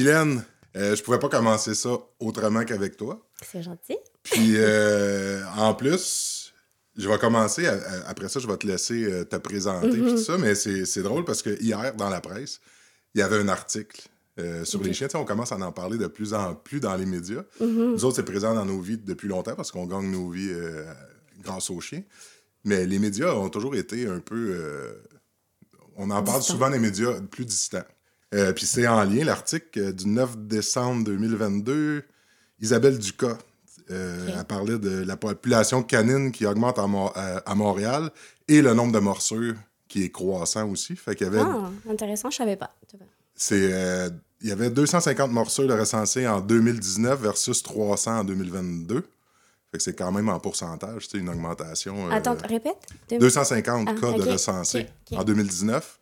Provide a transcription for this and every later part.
Mylène, je pouvais pas commencer ça autrement qu'avec toi. C'est gentil. Puis, en plus, je vais commencer, après ça, je vais te laisser te présenter, puis tout ça, mais c'est drôle parce que hier, dans la presse, il y avait un article sur les chiens. Tu sais, on commence à en parler de plus en plus dans les médias. Nous autres, c'est présent dans nos vies depuis longtemps parce qu'on gagne nos vies grâce aux chiens. Mais les médias ont toujours été un peu... on en parle souvent des médias plus distants. Puis c'est en lien, l'article du 9 décembre 2022, Isabelle Ducas. Elle parlait de la population canine qui augmente à Montréal et le nombre de morsures qui est croissant aussi. Fait qu'il y avait... Ah, intéressant, je savais pas. Il y avait 250 morsures de recensées en 2019 versus 300 en 2022. Fait que c'est quand même en pourcentage, une augmentation. Attends, répète. 250 cas de recensés en 2019.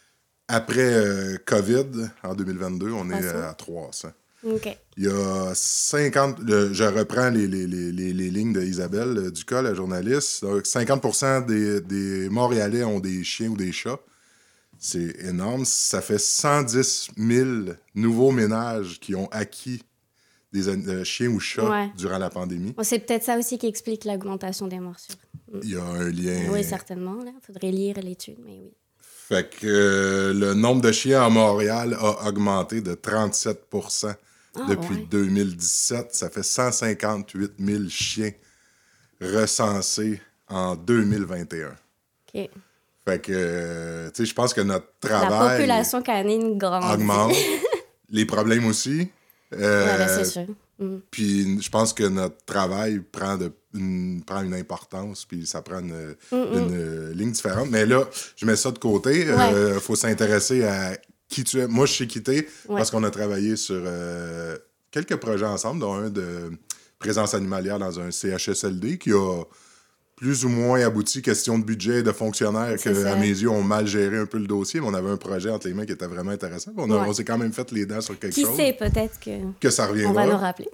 Après COVID, en 2022, on est à 300. OK. Il y a 50... je reprends les lignes d'Isabelle Ducas, la journaliste. Donc, 50% des Montréalais ont des chiens ou des chats. C'est énorme. Ça fait 110 000 nouveaux ménages qui ont acquis des chiens ou chats durant la pandémie. Bon, c'est peut-être ça aussi qui explique l'augmentation des morsures. Il y a un lien... Oui, certainement. Il faudrait lire l'étude, mais oui. Fait que le nombre de chiens à Montréal a augmenté de 37 % depuis 2017. Ça fait 158 000 chiens recensés en 2021. OK. Fait que, tu sais, je pense que notre travail... La population canine grandit. Augmente. Les problèmes aussi. C'est sûr. Puis je pense que notre travail prend une importance, puis ça prend une ligne différente. Mais là, je mets ça de côté. Faut s'intéresser à qui tu es. Moi, je sais qui t'es parce qu'on a travaillé sur quelques projets ensemble, dont un de présence animalière dans un CHSLD qui a plus ou moins abouti, question de budget et de fonctionnaires que, à mes yeux, ont mal géré un peu le dossier, mais on avait un projet entre les mains qui était vraiment intéressant. On s'est quand même fait les dents sur quelque chose. Qui sait, peut-être que ça reviendra. On va nous rappeler.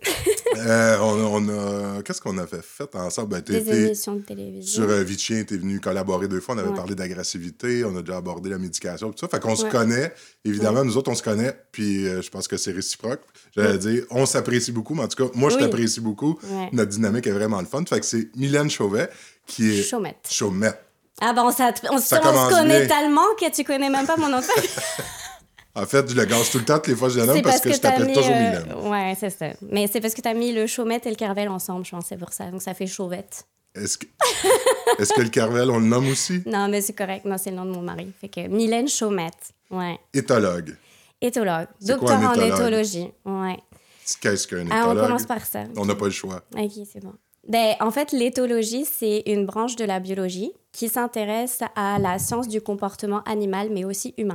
on a... Qu'est-ce qu'on a fait ensemble? Des émissions de télévision. Sur Vichien, t'es venu collaborer 2 fois. On avait parlé d'agressivité, on a déjà abordé la médication, tout ça. Fait qu'on se connaît. Évidemment, nous autres, on se connaît, puis je pense que c'est réciproque. J'allais dire, on s'apprécie beaucoup, mais en tout cas, moi, je t'apprécie beaucoup. Notre dynamique est vraiment le fun. Fait que c'est Mylène Chauvet, qui est... Chaumette. Ah bon, on se connaît tellement que tu connais même pas mon nom de famille. En fait, je le gâche tout le temps, toutes les fois que je le nomme, parce que je t'appelle toujours Mylène. Ouais, c'est ça. Mais c'est parce que tu as mis le Chaumette et le Carvel ensemble, je pense, c'est pour ça. Donc, ça fait Chauvette. Est-ce que le Carvel, on le nomme aussi? Non, mais c'est correct. Non, c'est le nom de mon mari. Fait que Mylène Chaumette. Ouais. Éthologue. Docteur en éthologie. Ouais. Qu'est-ce qu'un éthologue? On commence par ça. On n'a pas le choix. OK, c'est bon. Ben, en fait, l'éthologie, c'est une branche de la biologie qui s'intéresse à la science du comportement animal, mais aussi humain.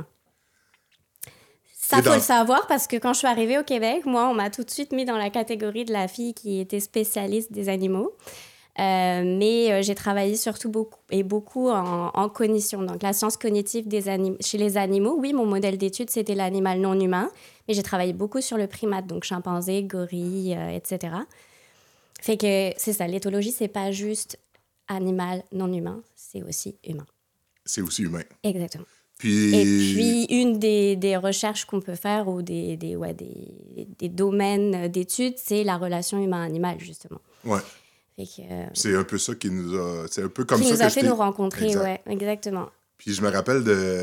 Ça, faut le savoir, parce que quand je suis arrivée au Québec, moi, on m'a tout de suite mis dans la catégorie de la fille qui était spécialiste des animaux. Mais j'ai travaillé surtout beaucoup en cognition, donc la science cognitive chez les animaux. Oui, mon modèle d'étude, c'était l'animal non humain, mais j'ai travaillé beaucoup sur le primate, donc chimpanzé, gorille, etc. Fait que c'est ça, l'éthologie, c'est pas juste animal non humain, c'est aussi humain. C'est aussi humain. Exactement. Et puis, une des recherches qu'on peut faire ou des domaines d'études, c'est la relation humain-animal, justement. Ouais. C'est un peu ça qui nous a... C'est un peu comme ça que nous a fait nous rencontrer, exactement. Puis je me rappelle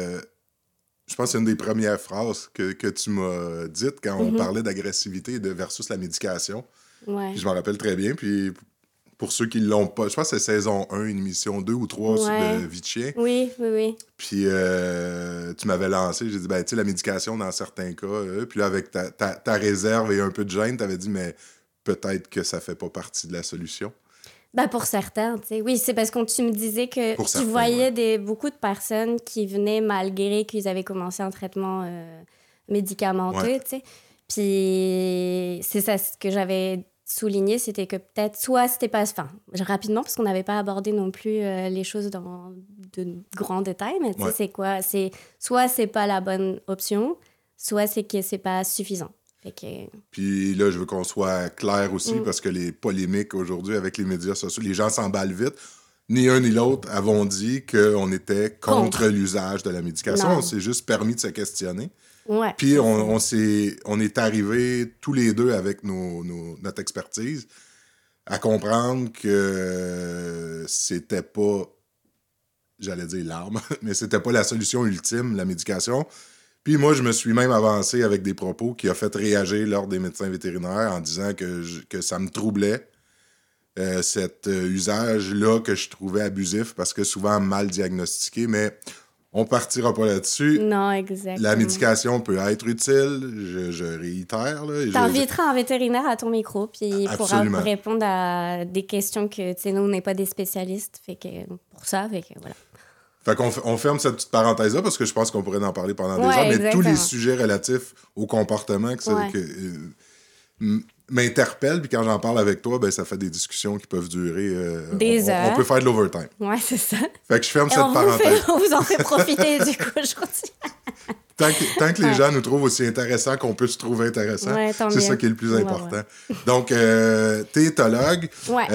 je pense que c'est une des premières phrases que tu m'as dites quand on parlait d'agressivité versus la médication. Ouais. Puis je m'en rappelle très bien. Puis pour ceux qui ne l'ont pas, je pense que c'est saison 1, une émission 2 ou 3 de Vichien. Oui. Puis tu m'avais lancé, j'ai dit, ben tu sais, la médication dans certains cas. Puis là, avec ta réserve et un peu de gêne, tu avais dit, mais peut-être que ça fait pas partie de la solution. Ben pour certains, tu sais. Oui, c'est parce que tu me disais que tu voyais beaucoup de personnes qui venaient malgré qu'ils avaient commencé un traitement médicamenteux, tu sais. Puis c'est ça, ce que j'avais souligné, c'était que peut-être, soit c'était pas... Enfin, rapidement, parce qu'on n'avait pas abordé non plus les choses dans de grands détails, mais tu sais, c'est quoi? Soit c'est pas la bonne option, soit c'est que c'est pas suffisant. Puis là, je veux qu'on soit clair aussi, parce que les polémiques aujourd'hui avec les médias sociaux, les gens s'emballent vite. Ni un ni l'autre avons dit qu'on était contre l'usage de la médication. Non. On s'est juste permis de se questionner. Ouais, Puis on est arrivés tous les deux avec notre expertise à comprendre que c'était pas, j'allais dire l'arme, mais c'était pas la solution ultime, la médication. Puis moi, je me suis même avancé avec des propos qui ont fait réagir l'Ordre des médecins vétérinaires en disant que ça me troublait, cet usage-là que je trouvais abusif parce que souvent mal diagnostiqué, mais on partira pas là-dessus. Non, exactement. La médication peut être utile, je réitère. T'inviteras un vétérinaire à ton micro, puis il pourra répondre à des questions que, tu sais, nous, on n'est pas des spécialistes, fait que pour ça, fait que voilà. Fait qu'on on ferme cette petite parenthèse-là parce que je pense qu'on pourrait en parler pendant des heures, mais tous les sujets relatifs au comportement m'interpellent, puis quand j'en parle avec toi, ben ça fait des discussions qui peuvent durer... des heures. On peut faire de l'overtime. Ouais, c'est ça. Fait que je ferme cette parenthèse. On vous en fait profiter, du coup, aujourd'hui. Tant que les gens nous trouvent aussi intéressants qu'on peut se trouver intéressants, c'est ça qui est le plus important. Ouais. Donc, t'es éthologue. Ouais.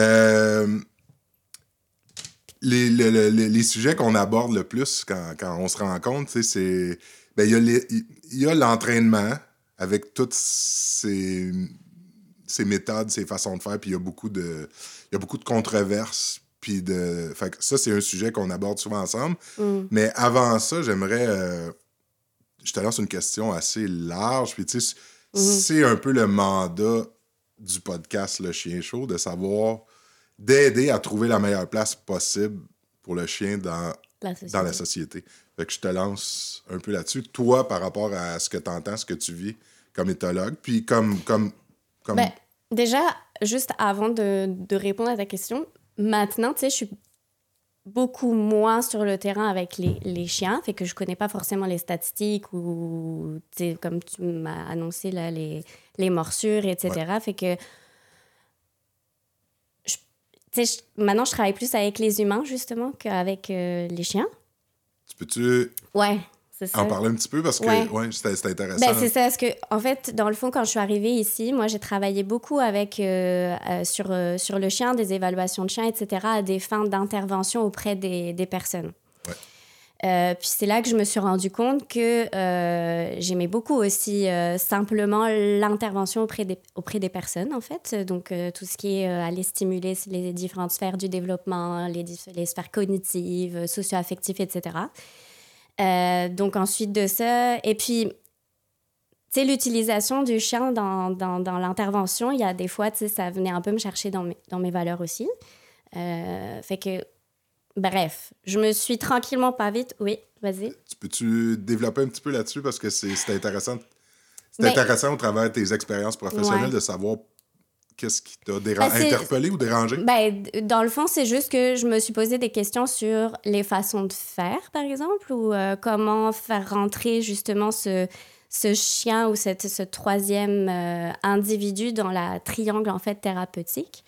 Les sujets qu'on aborde le plus quand on se rencontre, c'est... Ben, il y a l'entraînement avec toutes ces méthodes, ces façons de faire, puis il y a beaucoup de controverses, puis fait que ça, c'est un sujet qu'on aborde souvent ensemble. Mais avant ça, j'aimerais... je te lance une question assez large, puis tu sais, c'est un peu le mandat du podcast Le Chien Chaud, de savoir... d'aider à trouver la meilleure place possible pour le chien dans la société. Fait que je te lance un peu là-dessus. Toi, par rapport à ce que tu entends, ce que tu vis comme éthologue, puis comme... Ben, déjà, juste avant de répondre à ta question, maintenant, tu sais, je suis beaucoup moins sur le terrain avec les chiens, fait que je connais pas forcément les statistiques ou, tu sais, comme tu m'as annoncé, là, les morsures, etc. Ouais. Fait que maintenant, je travaille plus avec les humains, justement, qu'avec les chiens. Tu peux-tu c'est ça. en parler un petit peu? Parce que c'était intéressant. Ben, c'est ça, parce que, en fait, dans le fond, quand je suis arrivée ici, moi, j'ai travaillé beaucoup avec, sur le chien, des évaluations de chiens, etc., à des fins d'intervention auprès des personnes. Ouais. Puis c'est là que je me suis rendu compte que j'aimais beaucoup aussi simplement l'intervention auprès des personnes, en fait. Donc, tout ce qui est aller stimuler les différentes sphères du développement, les sphères cognitives, socio-affectives, etc. Donc, ensuite de ça... Et puis, tu sais, l'utilisation du chien dans l'intervention, il y a des fois, tu sais, ça venait un peu me chercher dans mes valeurs aussi. Fait que... Bref, je me suis tranquillement, pas vite. Oui, vas-y. Peux-tu développer un petit peu là-dessus? Parce que c'est intéressant. C'est intéressant au travers de tes expériences professionnelles de savoir qu'est-ce qui t'a interpellé ou dérangé. Ben, dans le fond, c'est juste que je me suis posé des questions sur les façons de faire, par exemple, ou comment faire rentrer justement ce chien ou ce troisième individu dans la triangle, en fait, thérapeutique.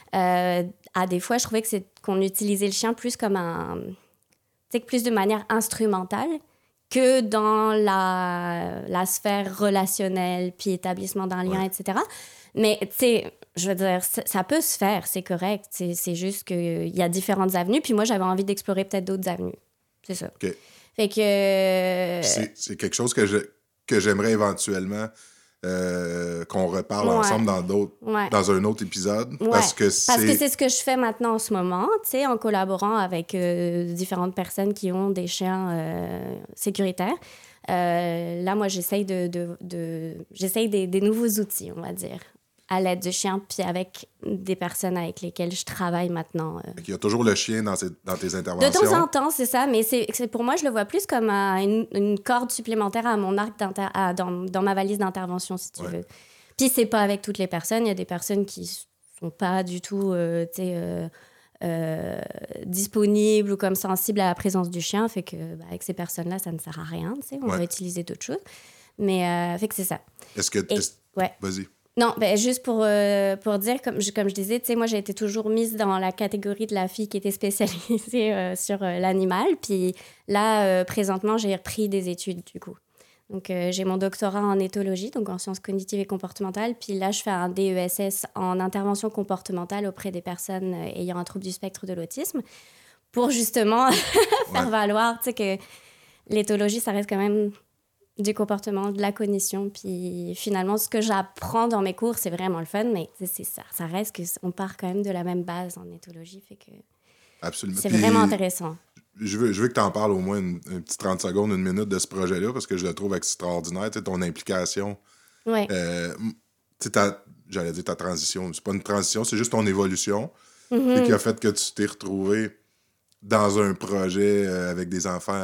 À des fois, je trouvais qu'on utilisait le chien plus comme plus de manière instrumentale que dans la sphère relationnelle, puis établissement d'un lien, etc. Mais, tu sais, je veux dire, ça peut se faire, c'est correct. C'est juste qu'il y a différentes avenues, puis moi, j'avais envie d'explorer peut-être d'autres avenues. C'est ça. OK. Fait que... C'est quelque chose que j'aimerais éventuellement... qu'on reparle ensemble dans un autre épisode. Parce que c'est ce que je fais maintenant en ce moment, tu sais, en collaborant avec différentes personnes qui ont des chiens sécuritaires. Là, moi, j'essaye j'essaye des nouveaux outils, on va dire, à l'aide du chien, puis avec des personnes avec lesquelles je travaille maintenant. Il y a toujours le chien dans tes interventions. De temps en temps, c'est ça, mais pour moi, je le vois plus comme une corde supplémentaire à mon arc dans ma valise d'intervention, si tu veux. Puis c'est pas avec toutes les personnes. Il y a des personnes qui sont pas du tout disponibles ou comme sensibles à la présence du chien. Fait que avec ces personnes-là, ça ne sert à rien. On va utiliser d'autres choses. Mais fait que c'est ça. Est-ce que... Vas-y. Non, ben juste pour dire, comme je disais, tu sais, moi, j'ai été toujours mise dans la catégorie de la fille qui était spécialisée sur l'animal. Puis là, présentement, j'ai repris des études, du coup. Donc, j'ai mon doctorat en éthologie, donc en sciences cognitives et comportementales. Puis là, je fais un DESS en intervention comportementale auprès des personnes ayant un trouble du spectre de l'autisme pour justement faire valoir, tu sais, que l'éthologie, ça reste quand même du comportement, de la cognition. Puis finalement, ce que j'apprends dans mes cours, c'est vraiment le fun, mais c'est ça. Ça reste qu'on part quand même de la même base en éthologie, fait que Absolument. c'est Puis, vraiment intéressant. Je veux que tu en parles au moins une petite 30 secondes, une minute de ce projet-là, parce que je le trouve extraordinaire. Tu sais, ton implication. Ouais. Tu sais, j'allais dire ta transition. C'est pas une transition, c'est juste ton évolution. Et qui a fait que tu t'es retrouvé dans un projet avec des enfants.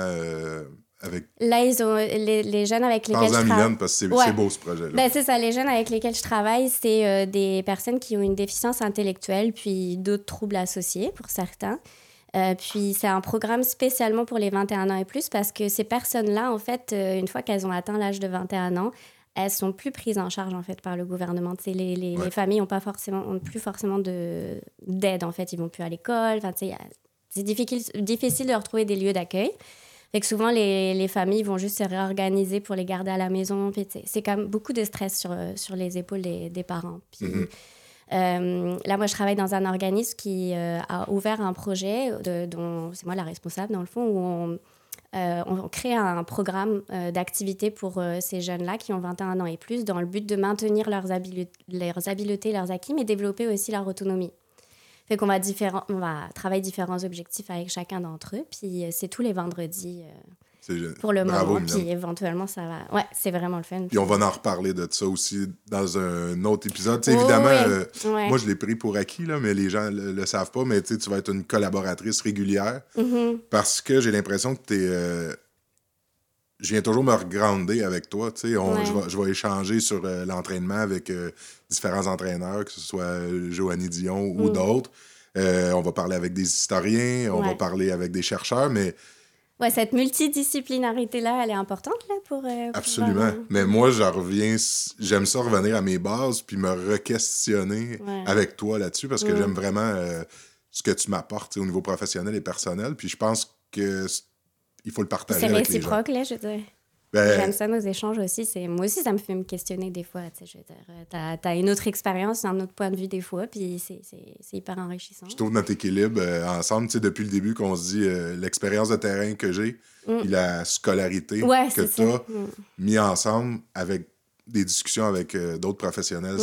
Là, ils ont les jeunes avec lesquels je travaille. Parce que c'est beau ce projet-là. Ben, c'est ça, les jeunes avec lesquels je travaille, c'est des personnes qui ont une déficience intellectuelle, puis d'autres troubles associés pour certains. Puis c'est un programme spécialement pour les 21 ans et plus parce que ces personnes-là, en fait, une fois qu'elles ont atteint l'âge de 21 ans, elles sont plus prises en charge en fait par le gouvernement. Les familles ont plus forcément d'aide en fait. Ils vont plus à l'école. C'est difficile de leur trouver des lieux d'accueil. Fait que souvent les familles vont juste se réorganiser pour les garder à la maison. Puis c'est quand même beaucoup de stress sur les épaules des parents. Puis, là, moi, je travaille dans un organisme qui a ouvert un projet dont c'est moi la responsable, dans le fond, où on crée un programme d'activité pour ces jeunes-là qui ont 21 ans et plus dans le but de maintenir leurs habiletés, leurs acquis, mais développer aussi leur autonomie. Fait qu'on va travailler différents objectifs avec chacun d'entre eux, puis c'est tous les vendredis pour le moment, puis éventuellement, ça va... Ouais, c'est vraiment le fun. Puis on va en reparler de ça aussi dans un autre épisode. Évidemment, moi, je l'ai pris pour acquis, là, mais les gens le savent pas, mais tu vas être une collaboratrice régulière parce que j'ai l'impression que je viens toujours me regrounder avec toi. Je vais échanger sur l'entraînement avec différents entraîneurs, que ce soit Joanie Dion ou d'autres. On va parler avec des historiens, on va parler avec des chercheurs, mais... Ouais, cette multidisciplinarité-là, elle est importante là, pour absolument. Mais moi, j'aime ça revenir à mes bases puis me re-questionner avec toi là-dessus parce que j'aime vraiment ce que tu m'apportes au niveau professionnel et personnel. Puis je pense que il faut le partager avec les gens. C'est réciproque, là, je veux dire. J'aime ça, nos échanges aussi. Moi aussi, ça me fait me questionner des fois. Je veux dire, t'as une autre expérience, un autre point de vue des fois, puis c'est hyper enrichissant. Je trouve notre équilibre ensemble, depuis le début qu'on se dit l'expérience de terrain que j'ai et la scolarité que tu as mis ensemble avec des discussions avec d'autres professionnels,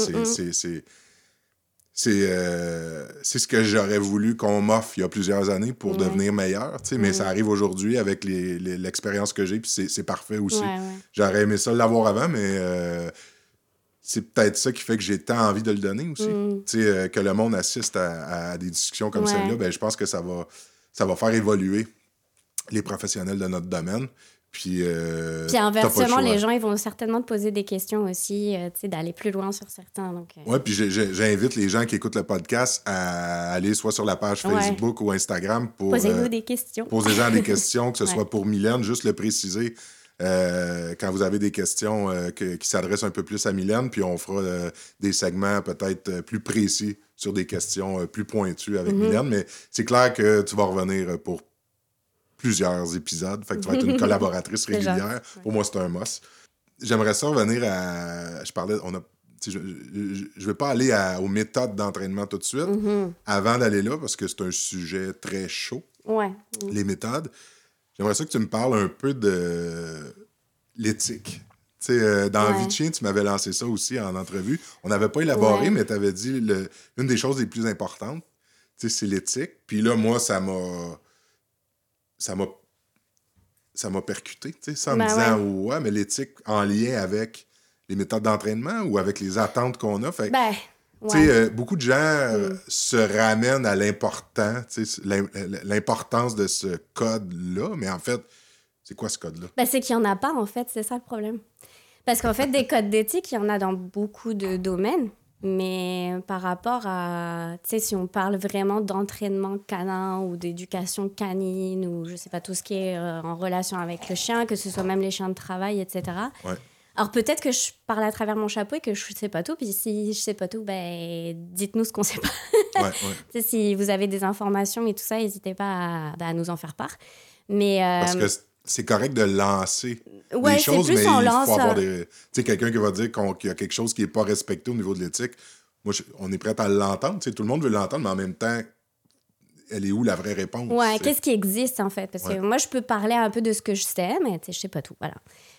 c'est ce que j'aurais voulu qu'on m'offre il y a plusieurs années pour devenir meilleur, mais ça arrive aujourd'hui avec l'expérience que j'ai, puis c'est parfait aussi. J'aurais aimé ça l'avoir avant, mais c'est peut-être ça qui fait que j'ai tant envie de le donner aussi. Que le monde assiste à des discussions comme celle-là, ben, je pense que ça va faire évoluer les professionnels de notre domaine. Puis inversement, les gens ils vont certainement te poser des questions aussi, d'aller plus loin sur certains. Oui, puis j'invite les gens qui écoutent le podcast à aller soit sur la page Facebook ou Instagram pour... Posez-nous des questions. Posez-en des questions, que ce soit pour Mylène, juste le préciser quand vous avez des questions qui s'adressent un peu plus à Mylène, puis on fera des segments peut-être plus précis sur des questions plus pointues avec Mylène, mais c'est clair que tu vas revenir pour plusieurs épisodes. Fait que tu vas être une collaboratrice régulière. Pour moi, c'est un must. J'aimerais ça revenir à... Je parlais... Je vais pas aller aux méthodes d'entraînement tout de suite avant d'aller là, parce que c'est un sujet très chaud, les méthodes. J'aimerais ça que tu me parles un peu de l'éthique. Dans Vie de chien, tu m'avais lancé ça aussi en entrevue. On n'avait pas élaboré, mais tu avais dit une des choses les plus importantes, c'est l'éthique. Puis là, moi, ça m'a percuté, en me disant, mais l'éthique en lien avec les méthodes d'entraînement ou avec les attentes qu'on a. Fait beaucoup de gens se ramènent à l'importance de ce code-là, mais en fait, c'est quoi ce code-là? C'est qu'il n'y en a pas, en fait, c'est ça le problème. Parce qu'en fait, des codes d'éthique, il y en a dans beaucoup de domaines. Mais par rapport à, si on parle vraiment d'entraînement canin ou d'éducation canine ou je sais pas, tout ce qui est en relation avec le chien, que ce soit même les chiens de travail, etc. Alors peut-être que je parle à travers mon chapeau et que je sais pas tout, puis si je sais pas tout, ben dites-nous ce qu'on sait pas. Si vous avez des informations et tout ça, n'hésitez pas à nous en faire part. Mais, parce que c'est correct de lancer des choses, mais il faut avoir quelqu'un qui va dire qu'il y a quelque chose qui n'est pas respecté au niveau de l'éthique. Moi, on est prêt à l'entendre. Tout le monde veut l'entendre, mais en même temps, elle est où la vraie réponse? Qu'est-ce qui existe, en fait? Parce que moi, je peux parler un peu de ce que je sais, mais je sais pas tout. Voilà.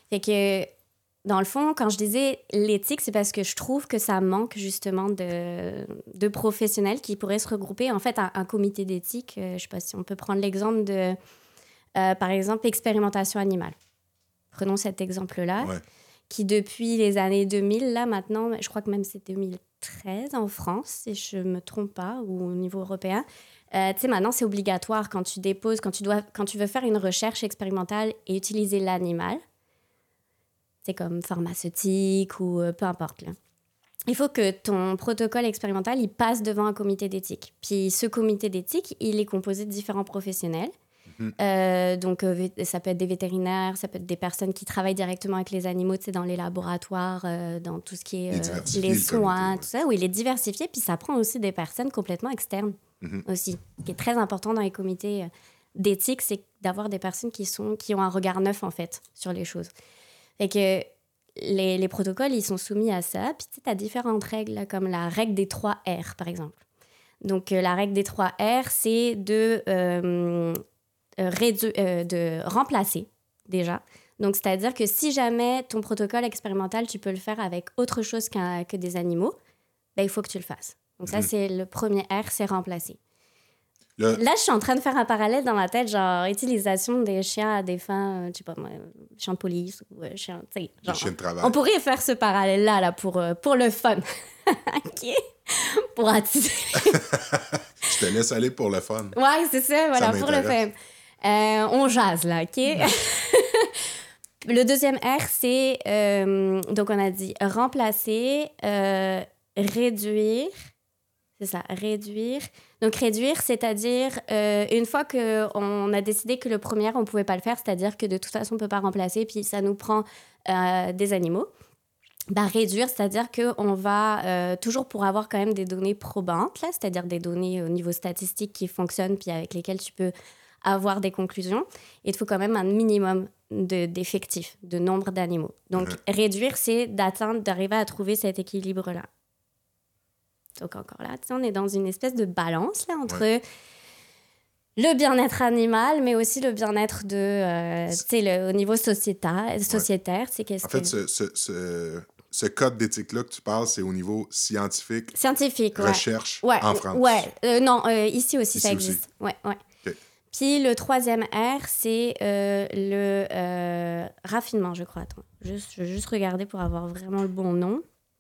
Fait que, dans le fond, quand je disais l'éthique, c'est parce que je trouve que ça manque justement de professionnels qui pourraient se regrouper. En fait, un comité d'éthique, je sais pas si on peut prendre l'exemple de, par exemple, l'expérimentation animale. Prenons cet exemple-là, qui depuis les années 2000, là maintenant, je crois que même c'est 2013 en France, si je me trompe pas, ou au niveau européen. Tu sais, maintenant, c'est obligatoire quand tu déposes, quand tu veux faire une recherche expérimentale et utiliser l'animal, c'est comme pharmaceutique ou peu importe, là. Il faut que ton protocole expérimental, il passe devant un comité d'éthique. Puis ce comité d'éthique, il est composé de différents professionnels. Donc, ça peut être des vétérinaires, ça peut être des personnes qui travaillent directement avec les animaux, tu sais, dans les laboratoires, dans tout ce qui est les soins, tout ça. Oui, il est diversifié. Puis ça prend aussi des personnes complètement externes aussi. Ce qui est très important dans les comités d'éthique, c'est d'avoir des personnes qui ont un regard neuf, en fait, sur les choses. Fait que les protocoles, ils sont soumis à ça. Puis tu as différentes règles, là, comme la règle des 3 R, par exemple. Donc, la règle des 3 R, c'est de remplacer, déjà. Donc, c'est-à-dire que si jamais ton protocole expérimental, tu peux le faire avec autre chose que des animaux, ben, il faut que tu le fasses. Donc, ça, c'est le premier R, c'est remplacer. Là, je suis en train de faire un parallèle dans ma tête, genre utilisation des chiens à des fins, je sais pas moi, chiens de police ou chiens, tu sais, genre. Chiens de travail. On pourrait faire ce parallèle-là là, pour le fun. OK? Pour attiser. Je te laisse aller pour le fun. Ouais, c'est ça, voilà, pour le fun. On jase, là, OK? Le deuxième R, c'est, donc on a dit remplacer, réduire. C'est ça, réduire. Donc, réduire, c'est-à-dire, une fois qu'on a décidé que le premier, on ne pouvait pas le faire, c'est-à-dire que de toute façon, on ne peut pas remplacer, puis ça nous prend des animaux. Ben, réduire, c'est-à-dire qu'on va, toujours pour avoir quand même des données probantes, là, c'est-à-dire des données au niveau statistique qui fonctionnent, puis avec lesquelles tu peux avoir des conclusions, il te faut quand même un minimum d'effectifs, de nombre d'animaux. Donc, réduire, c'est d'arriver à trouver cet équilibre-là. Donc, encore là, on est dans une espèce de balance là, entre le bien-être animal, mais aussi le bien-être au niveau sociétaire. C'est qu'est-ce en fait, ce code d'éthique-là que tu parles, c'est au niveau scientifique. Scientifique, recherche en France. Non, ici aussi, ça existe. Aussi. Ouais. Okay. Puis le troisième R, c'est le raffinement, je crois. Attends, je vais juste regarder pour avoir vraiment le bon nom.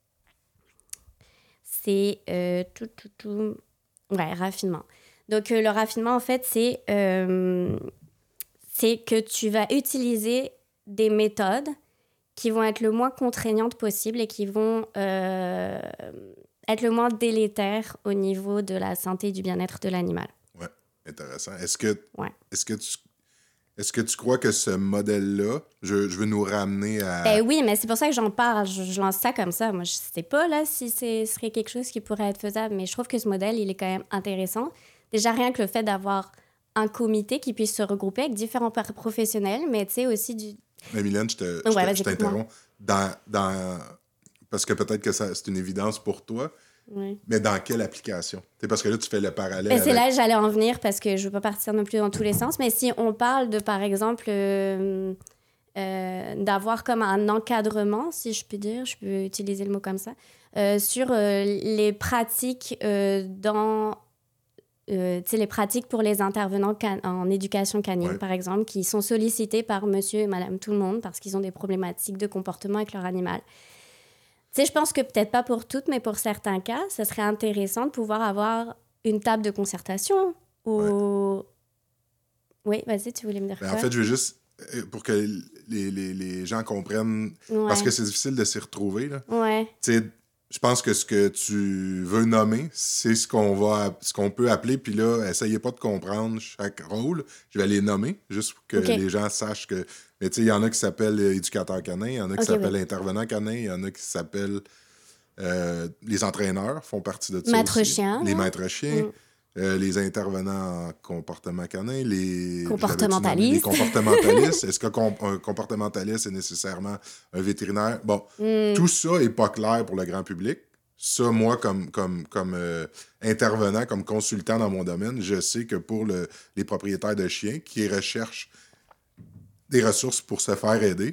C'est raffinement. Donc, le raffinement, en fait, c'est que tu vas utiliser des méthodes qui vont être le moins contraignantes possible et qui vont être le moins délétères au niveau de la santé et du bien-être de l'animal. Oui, intéressant. Est-ce que tu crois que ce modèle-là, je veux nous ramener à... Ben oui, mais c'est pour ça que j'en parle. Je lance ça comme ça. Moi, je sais pas là si ce serait quelque chose qui pourrait être faisable, mais je trouve que ce modèle, il est quand même intéressant. Déjà, rien que le fait d'avoir un comité qui puisse se regrouper avec différents professionnels, mais tu sais aussi du... Mais Mylène, je t'interromps. Parce que peut-être que c'est une évidence pour toi, mais dans quelle application? Parce que là, tu fais le parallèle avec... C'est là que j'allais en venir parce que je ne veux pas partir non plus dans tous les sens, mais si on parle de, par exemple, d'avoir comme un encadrement, si je puis dire, je peux utiliser le mot comme ça, sur les pratiques les pratiques pour les intervenants en éducation canine, par exemple, qui sont sollicités par monsieur et madame tout le monde parce qu'ils ont des problématiques de comportement avec leur animal. Tu sais, je pense que peut-être pas pour toutes, mais pour certains cas, ça serait intéressant de pouvoir avoir une table de concertation ou... Oui, vas-y, tu voulais me dire quoi? En fait, je veux juste, pour que les gens comprennent, parce que c'est difficile de s'y retrouver, là. Tu sais, je pense que ce que tu veux nommer, c'est ce qu'on peut appeler, puis là, essayez pas de comprendre chaque rôle. Je vais les nommer, juste pour que les gens sachent que... Mais tu sais, il y en a qui s'appellent éducateurs canins, il y en a qui s'appellent intervenants canins, il y en a qui s'appellent... les entraîneurs font partie de ça Maître aussi. chien. Les maîtres chiens. Les intervenants en comportement canin, les comportementalistes. Est-ce qu'un comportementaliste est nécessairement un vétérinaire? Bon, tout ça n'est pas clair pour le grand public. Ça, moi, comme intervenant, comme consultant dans mon domaine, je sais que pour les propriétaires de chiens qui recherchent des ressources pour se faire aider,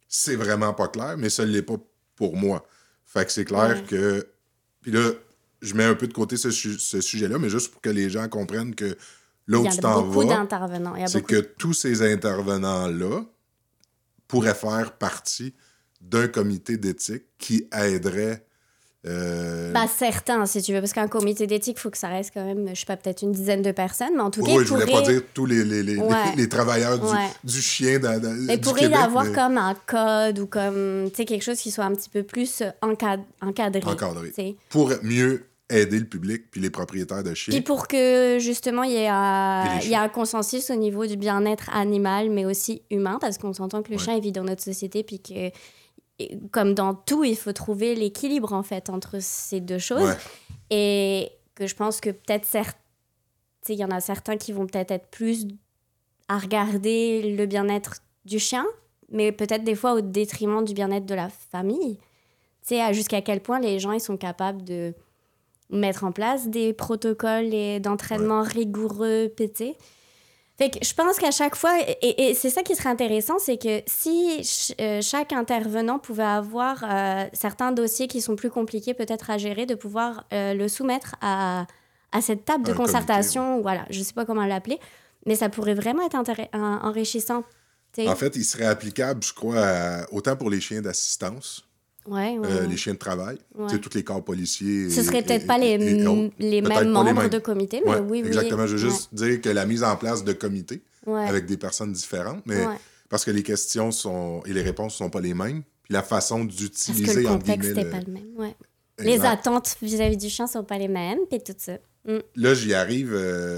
c'est vraiment pas clair, mais ça ne l'est pas pour moi. Fait que c'est clair que... Puis là, je mets un peu de côté ce sujet-là, mais juste pour que les gens comprennent que là où tu t'en vas, beaucoup d'intervenants. C'est que tous ces intervenants-là pourraient faire partie d'un comité d'éthique qui aiderait... certains, si tu veux, parce qu'un comité d'éthique, il faut que ça reste quand même, je sais pas, peut-être une dizaine de personnes, mais en tout cas, je voulais pas dire tous les travailleurs du chien. Il pourrait y avoir comme un code ou comme, tu sais, quelque chose qui soit un petit peu plus encadré. Pour mieux aider le public puis les propriétaires de chiens. Puis pour que, justement, il y ait un consensus au niveau du bien-être animal, mais aussi humain, parce qu'on s'entend que le chien, il vit dans notre société, puis que comme dans tout, il faut trouver l'équilibre, en fait, entre ces deux choses. Et que je pense que peut-être, il y en a certains qui vont peut-être être plus à regarder le bien-être du chien, mais peut-être des fois au détriment du bien-être de la famille. Tu sais, jusqu'à quel point les gens, ils sont capables de mettre en place des protocoles d'entraînement rigoureux, pétés. Fait que je pense qu'à chaque fois, et c'est ça qui serait intéressant, c'est que si chaque intervenant pouvait avoir certains dossiers qui sont plus compliqués peut-être à gérer, de pouvoir le soumettre à cette table de concertation, comité, voilà, je sais pas comment l'appeler, mais ça pourrait vraiment être enrichissant. En fait, il serait applicable, je crois, autant pour les chiens d'assistance, les chiens de travail, tous les corps policiers. Ce serait peut-être pas les mêmes membres de comité, mais oui. Exactement. Je veux juste dire que la mise en place de comités avec des personnes différentes, mais parce que les questions et les réponses ne sont pas les mêmes, puis la façon d'utiliser... Parce que le contexte n'est pas le même, Les attentes vis-à-vis du chien ne sont pas les mêmes, puis tout ça. Là, j'y arrive...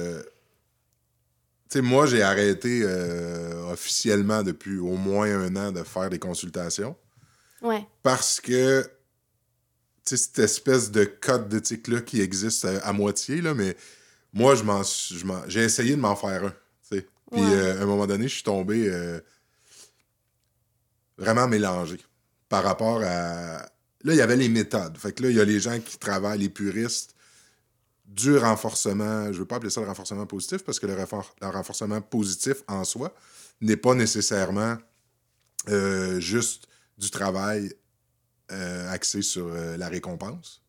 Tu sais, moi, j'ai arrêté officiellement depuis au moins 1 an de faire des consultations. Parce que, tu sais, cette espèce de code d'éthique-là qui existe à moitié, là, mais moi, j'ai essayé de m'en faire un, tu sais. Puis, à un moment donné, je suis tombé vraiment mélangé par rapport à... Là, il y avait les méthodes. Fait que là, il y a les gens qui travaillent, les puristes, du renforcement... Je veux pas appeler ça le renforcement positif, parce que le renforcement positif, en soi, n'est pas nécessairement juste... du travail axé sur la récompense?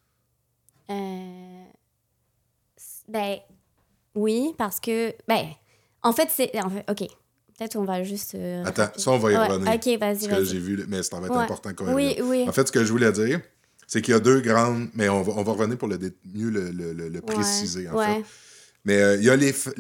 Oui, parce que... en fait, OK. Peut-être on va juste... Attends, ça, on va y revenir. OK, vas-y, parce que j'ai vu, mais ça va être important quand même. Oui. En fait, ce que je voulais dire, c'est qu'il y a 2 grandes... Mais on va revenir pour mieux le préciser, en fait. Mais il y a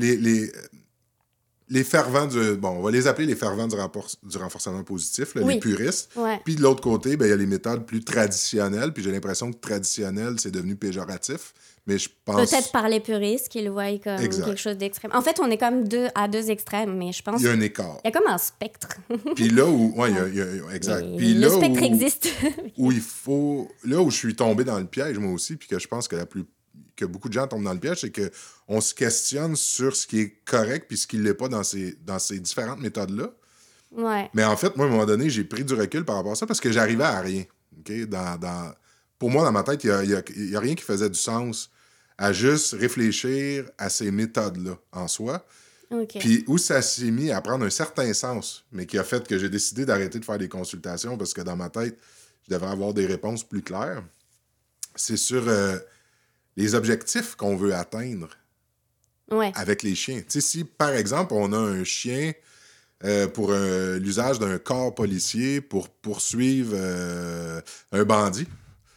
les fervents on va les appeler les fervents du renforcement positif, là, les puristes. Puis de l'autre côté, il y a les méthodes plus traditionnelles. Puis j'ai l'impression que traditionnel, c'est devenu péjoratif. Mais je pense... Peut-être par les puristes qui le voient comme quelque chose d'extrême. En fait, on est comme à deux extrêmes, mais je pense... Il y a un écart. Il y a comme un spectre. Puis là où... Oui, exact. Puis le spectre existe. Où il faut... Là où je suis tombé dans le piège, moi aussi, puis que je pense que beaucoup de gens tombent dans le piège, c'est qu'on se questionne sur ce qui est correct puis ce qui ne l'est pas dans ces différentes méthodes-là. Mais en fait, moi, à un moment donné, j'ai pris du recul par rapport à ça parce que j'arrivais à rien. Okay? Pour moi, dans ma tête, il y a rien qui faisait du sens à juste réfléchir à ces méthodes-là en soi. Puis où ça s'est mis à prendre un certain sens, mais qui a fait que j'ai décidé d'arrêter de faire des consultations parce que dans ma tête, je devrais avoir des réponses plus claires. C'est sur... les objectifs qu'on veut atteindre avec les chiens. Tu sais, si, par exemple, on a un chien pour l'usage d'un corps policier pour poursuivre un bandit,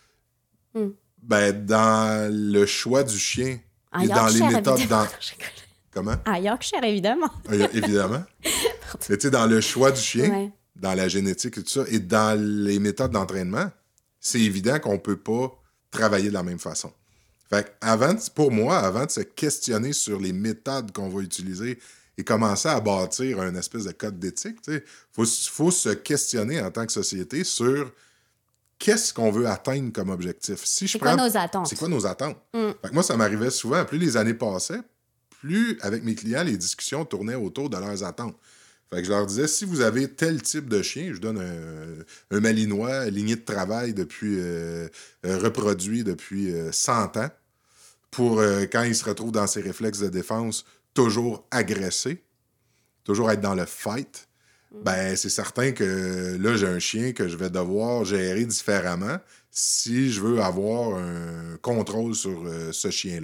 dans le choix du chien et dans les méthodes... Comment? À Yorkshire, évidemment. Évidemment. Mais tu sais, dans le choix du chien, dans la génétique et tout ça, et dans les méthodes d'entraînement, c'est évident qu'on ne peut pas travailler de la même façon. Fait pour moi, avant de se questionner sur les méthodes qu'on va utiliser et commencer à bâtir un espèce de code d'éthique, il faut se questionner en tant que société sur qu'est-ce qu'on veut atteindre comme objectif. C'est quoi nos attentes? C'est quoi nos attentes? Fait que moi, ça m'arrivait souvent, plus les années passaient, plus avec mes clients, les discussions tournaient autour de leurs attentes. Fait que je leur disais, si vous avez tel type de chien, je donne un Malinois, lignée de travail reproduit depuis 100 ans, pour quand il se retrouve dans ses réflexes de défense, toujours agresser, toujours être dans le fight, ben c'est certain que là, j'ai un chien que je vais devoir gérer différemment si je veux avoir un contrôle sur ce chien-là.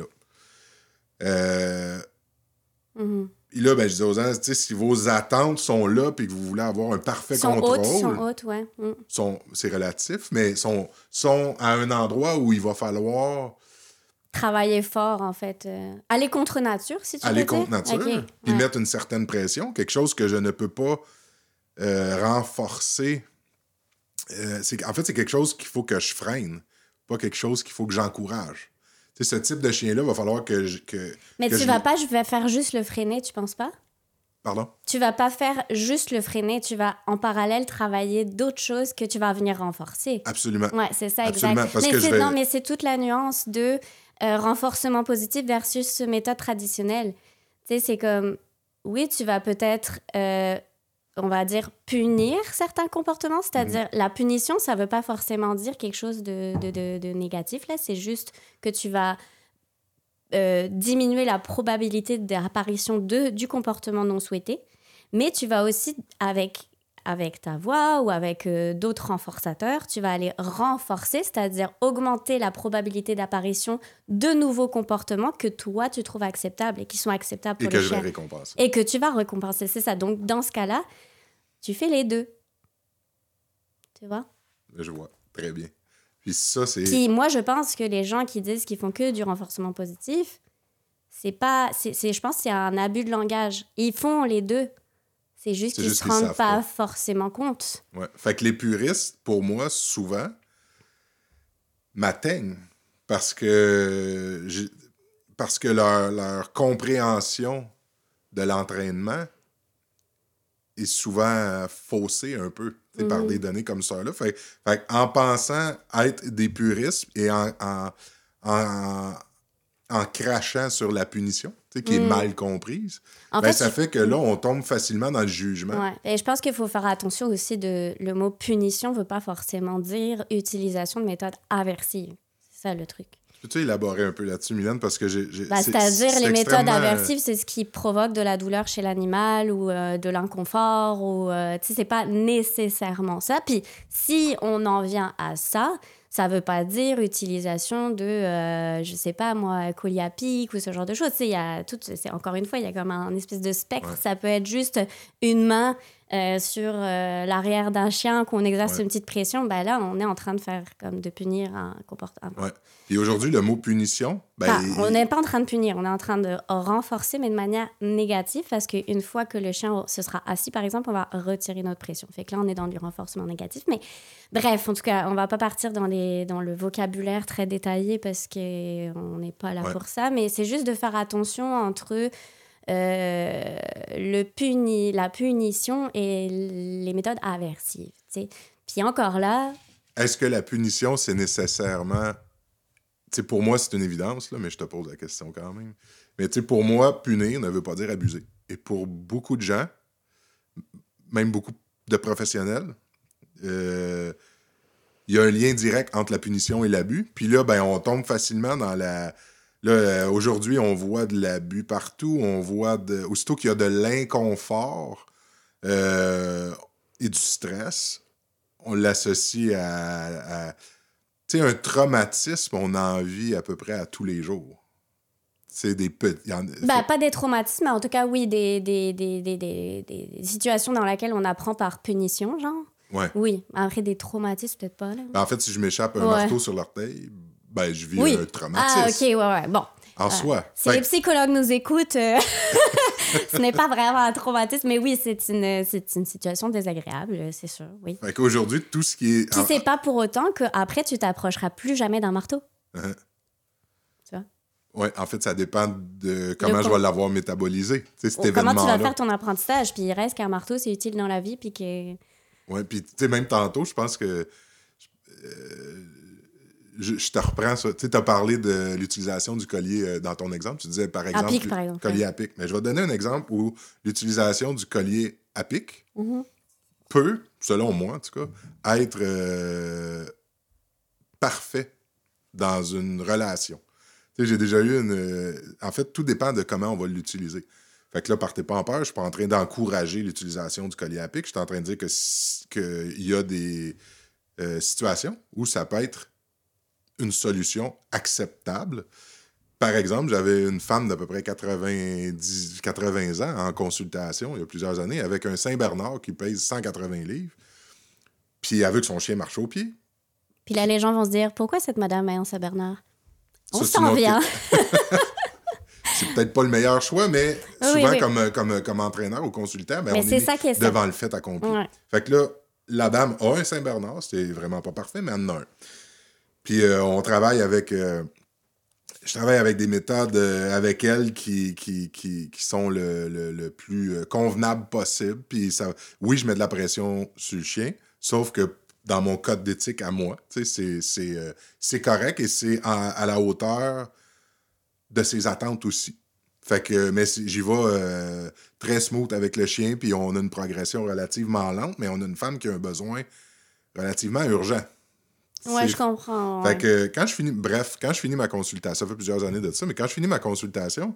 Et là, ben, je dis aux gens, si vos attentes sont là et que vous voulez avoir un parfait contrôle... Sont hautes, ouais. C'est relatif, mais sont à un endroit où il va falloir... Travailler fort, en fait. Aller contre nature, si tu veux dire. Aller contre nature, puis mettre une certaine pression, quelque chose que je ne peux pas renforcer. En fait, c'est quelque chose qu'il faut que je freine, pas quelque chose qu'il faut que j'encourage. Tu sais, ce type de chien-là, il va falloir que je... Mais tu vas pas faire juste le freiner, tu penses pas? Pardon? Tu vas pas faire juste le freiner, tu vas en parallèle travailler d'autres choses que tu vas venir renforcer. Absolument. Ouais, c'est ça, Absolument, exact. parce que Non, mais c'est toute la nuance de renforcement positif versus méthode traditionnelle. Tu sais, c'est comme, oui, tu vas peut-être, on va dire, punir certains comportements, c'est-à-dire la punition, ça veut pas forcément dire quelque chose de négatif, là, c'est juste que tu vas diminuer la probabilité d'apparition du comportement non souhaité, mais tu vas aussi, avec ta voix ou avec d'autres renforçateurs, tu vas aller renforcer, c'est-à-dire augmenter la probabilité d'apparition de nouveaux comportements que toi, tu trouves acceptables et qui sont acceptables pour le chien. Et que je vais récompenser. Et que tu vas récompenser, c'est ça. Donc, dans ce cas-là, tu fais les deux. Tu vois? Je vois. Très bien. Puis ça, c'est... Puis moi, je pense que les gens qui disent qu'ils font que du renforcement positif, je pense que c'est un abus de langage. Ils font les deux. C'est juste qu'ils ne se rendent pas forcément compte. Ouais. Fait que les puristes, pour moi, souvent, m'atteignent parce que leur compréhension de l'entraînement est souvent faussée un peu par des données comme ça. Là. Fait en pensant être des puristes et en crachant sur la punition, qui est mal comprise, ça fait que là, on tombe facilement dans le jugement. Ouais. Et je pense qu'il faut faire attention aussi le mot punition ne veut pas forcément dire utilisation de méthodes aversives. C'est ça le truc. Peux-tu élaborer un peu là-dessus, Mylène? Parce que c'est-à-dire, les méthodes aversives, c'est ce qui provoque de la douleur chez l'animal ou de l'inconfort. Ou, c'est pas nécessairement ça. Puis, si on en vient à ça, ça veut pas dire utilisation de, je sais pas moi, collier à pic ou ce genre de choses. Encore une fois, il y a comme un espèce de spectre. Ouais. Ça peut être juste une main sur l'arrière d'un chien qu'on exerce une petite pression. Ben là, on est en train de punir un comportement. Ouais. Et aujourd'hui, le mot punition... on n'est pas en train de punir, on est en train de renforcer, mais de manière négative, parce qu'une fois que le chien se sera assis, par exemple, on va retirer notre pression. Fait que là, on est dans du renforcement négatif. Mais bref, en tout cas, on va pas partir dans le vocabulaire très détaillé parce qu'on n'est pas là pour ça. Mais c'est juste de faire attention entre la punition et les méthodes aversives. T'sais. Puis encore là... Est-ce que la punition, c'est nécessairement... T'sais, pour moi, c'est une évidence, là, mais je te pose la question quand même. Mais pour moi, punir ne veut pas dire abuser. Et pour beaucoup de gens, même beaucoup de professionnels, il y a un lien direct entre la punition et l'abus. Puis là, on tombe facilement dans la... Là, aujourd'hui, on voit de l'abus partout. On voit aussitôt qu'il y a de l'inconfort et du stress, on l'associe à tu sais, un traumatisme, on en vit à peu près à tous les jours. C'est des petits... Pas des traumatismes, mais en tout cas, oui, des situations dans lesquelles on apprend par punition, genre. Ouais. Oui, après des traumatismes, peut-être pas, là. En fait, si je m'échappe un marteau sur l'orteil, je vis un traumatisme. Ah, OK, ouais. Bon. En soi. Si les psychologues nous écoutent, ce n'est pas vraiment un traumatisme, mais oui, c'est une situation désagréable, c'est sûr, oui. Fait qu'aujourd'hui, tout ce qui est... Puis c'est pas pour autant qu'après, tu t'approcheras plus jamais d'un marteau. Uh-huh. Tu vois? Oui, en fait, ça dépend de comment je vais l'avoir métabolisé, cet événement-là. Comment tu vas faire ton apprentissage, puis il reste qu'un marteau, c'est utile dans la vie, puis que... Oui, puis tu sais, même tantôt, je pense que... Je te reprends ça. Tu sais, tu as parlé de l'utilisation du collier dans ton exemple. Tu disais, par exemple, collier à pic. Mais je vais te donner un exemple où l'utilisation du collier à pic peut, selon moi en tout cas, être parfait dans une relation. Tu sais, j'ai déjà eu en fait, tout dépend de comment on va l'utiliser. Fait que là, partez pas en peur, je suis pas en train d'encourager l'utilisation du collier à pic. Je suis en train de dire qu'il y a des situations où ça peut être une solution acceptable. Par exemple, j'avais une femme d'à peu près 80 ans en consultation il y a plusieurs années avec un Saint-Bernard qui pèse 180 livres. Puis elle veut que son chien marche au pied. Puis là, les gens vont se dire, pourquoi cette madame est en Saint-Bernard? On Ça, s'en vient. C'est peut-être pas le meilleur choix, mais souvent, oui. comme entraîneur ou consultant, ben, Mais on c'est est ça qui est devant le fait accompli. Ouais. Fait que là, la dame a un Saint-Bernard, c'est vraiment pas parfait, mais elle en a un. Puis on travaille avec... je travaille avec des méthodes avec elle qui sont le plus convenable possible. Puis ça, oui, je mets de la pression sur le chien, sauf que dans mon code d'éthique à moi, c'est correct et c'est à la hauteur de ses attentes aussi. Fait que, mais j'y vais très smooth avec le chien, puis on a une progression relativement lente, mais on a une femme qui a un besoin relativement urgent. Ouais, je comprends. Fait que quand je finis ma consultation, ça fait plusieurs années de ça, mais quand je finis ma consultation,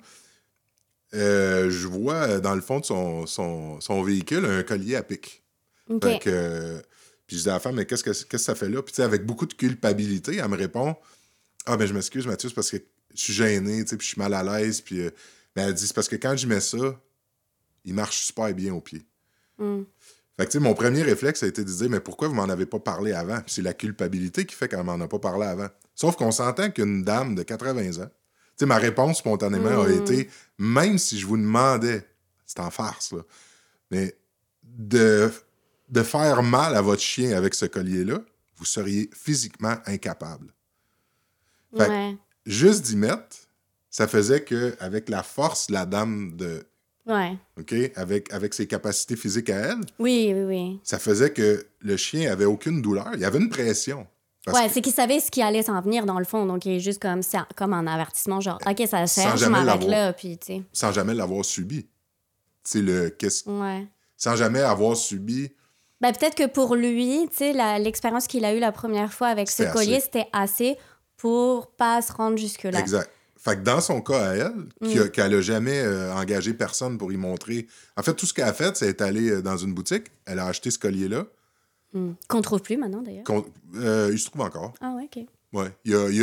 je vois dans le fond de son véhicule un collier à pic. Okay. Fait que, puis je dis à la femme, mais qu'est-ce que ça fait là? Puis tu sais, avec beaucoup de culpabilité, elle me répond, ah ben je m'excuse Mathieu, c'est parce que je suis gêné, tu sais, puis je suis mal à l'aise, puis mais elle dit, c'est parce que quand je mets ça, il marche super bien au pied. Mm. Fait que, tu sais, mon premier réflexe a été de dire, mais pourquoi vous m'en avez pas parlé avant? Puis c'est la culpabilité qui fait qu'elle m'en a pas parlé avant. Sauf qu'on s'entend qu'une dame de 80 ans, tu sais, ma réponse spontanément a été, même si je vous demandais, c'est en farce, là, mais de faire mal à votre chien avec ce collier-là, vous seriez physiquement incapable. Fait que, juste d'y mettre, ça faisait qu'avec la force de la dame de... Ouais. OK? Avec ses capacités physiques à elle. Oui. Ça faisait que le chien avait aucune douleur. Il y avait une pression. Ouais, c'est qu'il savait ce qui allait s'en venir, dans le fond. Donc, il est juste comme un avertissement, genre, OK, ça sert, je m'arrête là, puis, tu sais. Sans jamais l'avoir subi. Tu sais, Ouais. Sans jamais avoir subi... Ben, peut-être que pour lui, tu sais, l'expérience qu'il a eue la première fois avec ce collier, c'était assez pour pas se rendre jusque-là. Exact. Fait que dans son cas à elle, qu'elle n'a jamais engagé personne pour y montrer... En fait, tout ce qu'elle a fait, c'est aller dans une boutique. Elle a acheté ce collier-là. Qu'on trouve plus maintenant, d'ailleurs. Il se trouve encore. Ah ouais, OK. Ouais.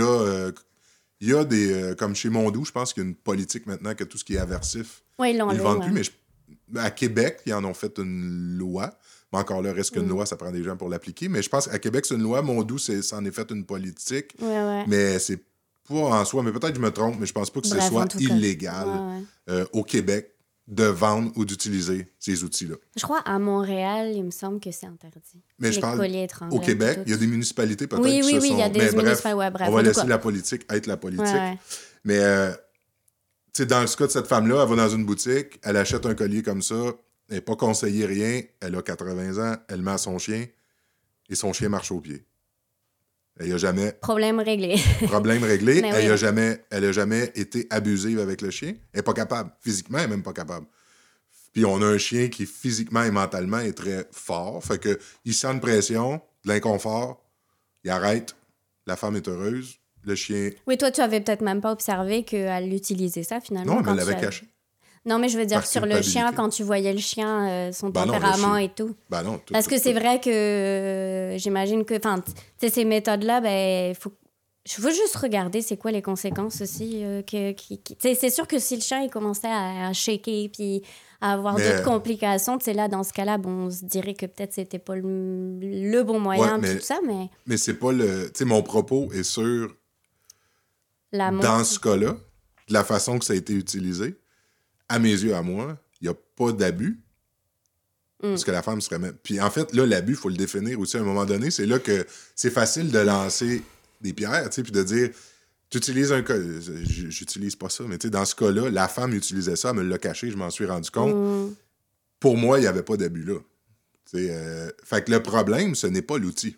Il y a des... comme chez Mondou, je pense qu'il y a une politique maintenant que tout ce qui est aversif, ouais, ils le vendent plus. Mais à Québec, ils en ont fait une loi. Mais encore là, reste qu'une loi, ça prend des gens pour l'appliquer. Mais je pense qu'à Québec, c'est une loi. Mondou, ça en est fait une politique. Ouais. Mais c'est pas en soi, mais peut-être que je me trompe, mais je pense pas que ce soit illégal au Québec de vendre ou d'utiliser ces outils-là. Je crois à Montréal, il me semble que c'est interdit. Mais je parle au Québec, il y a des municipalités peut-être qui se sont... Oui, il y a des municipalités, bref. On va laisser la politique être la politique. Ouais. Mais, tu sais, dans le cas de cette femme-là, elle va dans une boutique, elle achète un collier comme ça, elle n'est pas conseillée rien, elle a 80 ans, elle met à son chien, et son chien marche au pied. Elle a jamais... Problème réglé. Problème réglé. Elle a jamais été abusive avec le chien. Elle n'est pas capable. Physiquement, elle n'est même pas capable. Puis on a un chien qui, physiquement et mentalement, est très fort. Fait que il sent une pression, de l'inconfort, il arrête, la femme est heureuse, le chien... Oui, toi, tu avais peut-être même pas observé qu'elle utilisait ça, finalement. Non, mais elle l'avait caché. Non, mais je veux dire, sur le chien, quand tu voyais le chien, son tempérament et tout. Ben non, parce que c'est vrai que j'imagine que, enfin, tu sais, ces méthodes-là, ben, je veux juste regarder c'est quoi les conséquences aussi. C'est sûr que si le chien, il commençait à shaker puis à avoir d'autres complications, tu sais, là, dans ce cas-là, bon, on se dirait que peut-être c'était pas le bon moyen, tout ça, mais... Mais c'est pas le... Tu sais, mon propos est sur... Dans ce cas-là, de la façon que ça a été utilisé, à mes yeux, à moi, il n'y a pas d'abus. Parce que la femme serait même... Puis en fait, là, l'abus, il faut le définir aussi à un moment donné. C'est là que c'est facile de lancer des pierres, tu sais, puis de dire, tu utilises un... J'utilise pas ça, mais tu sais, dans ce cas-là, la femme utilisait ça, elle me l'a caché, je m'en suis rendu compte. Pour moi, il n'y avait pas d'abus là. Fait que le problème, ce n'est pas l'outil.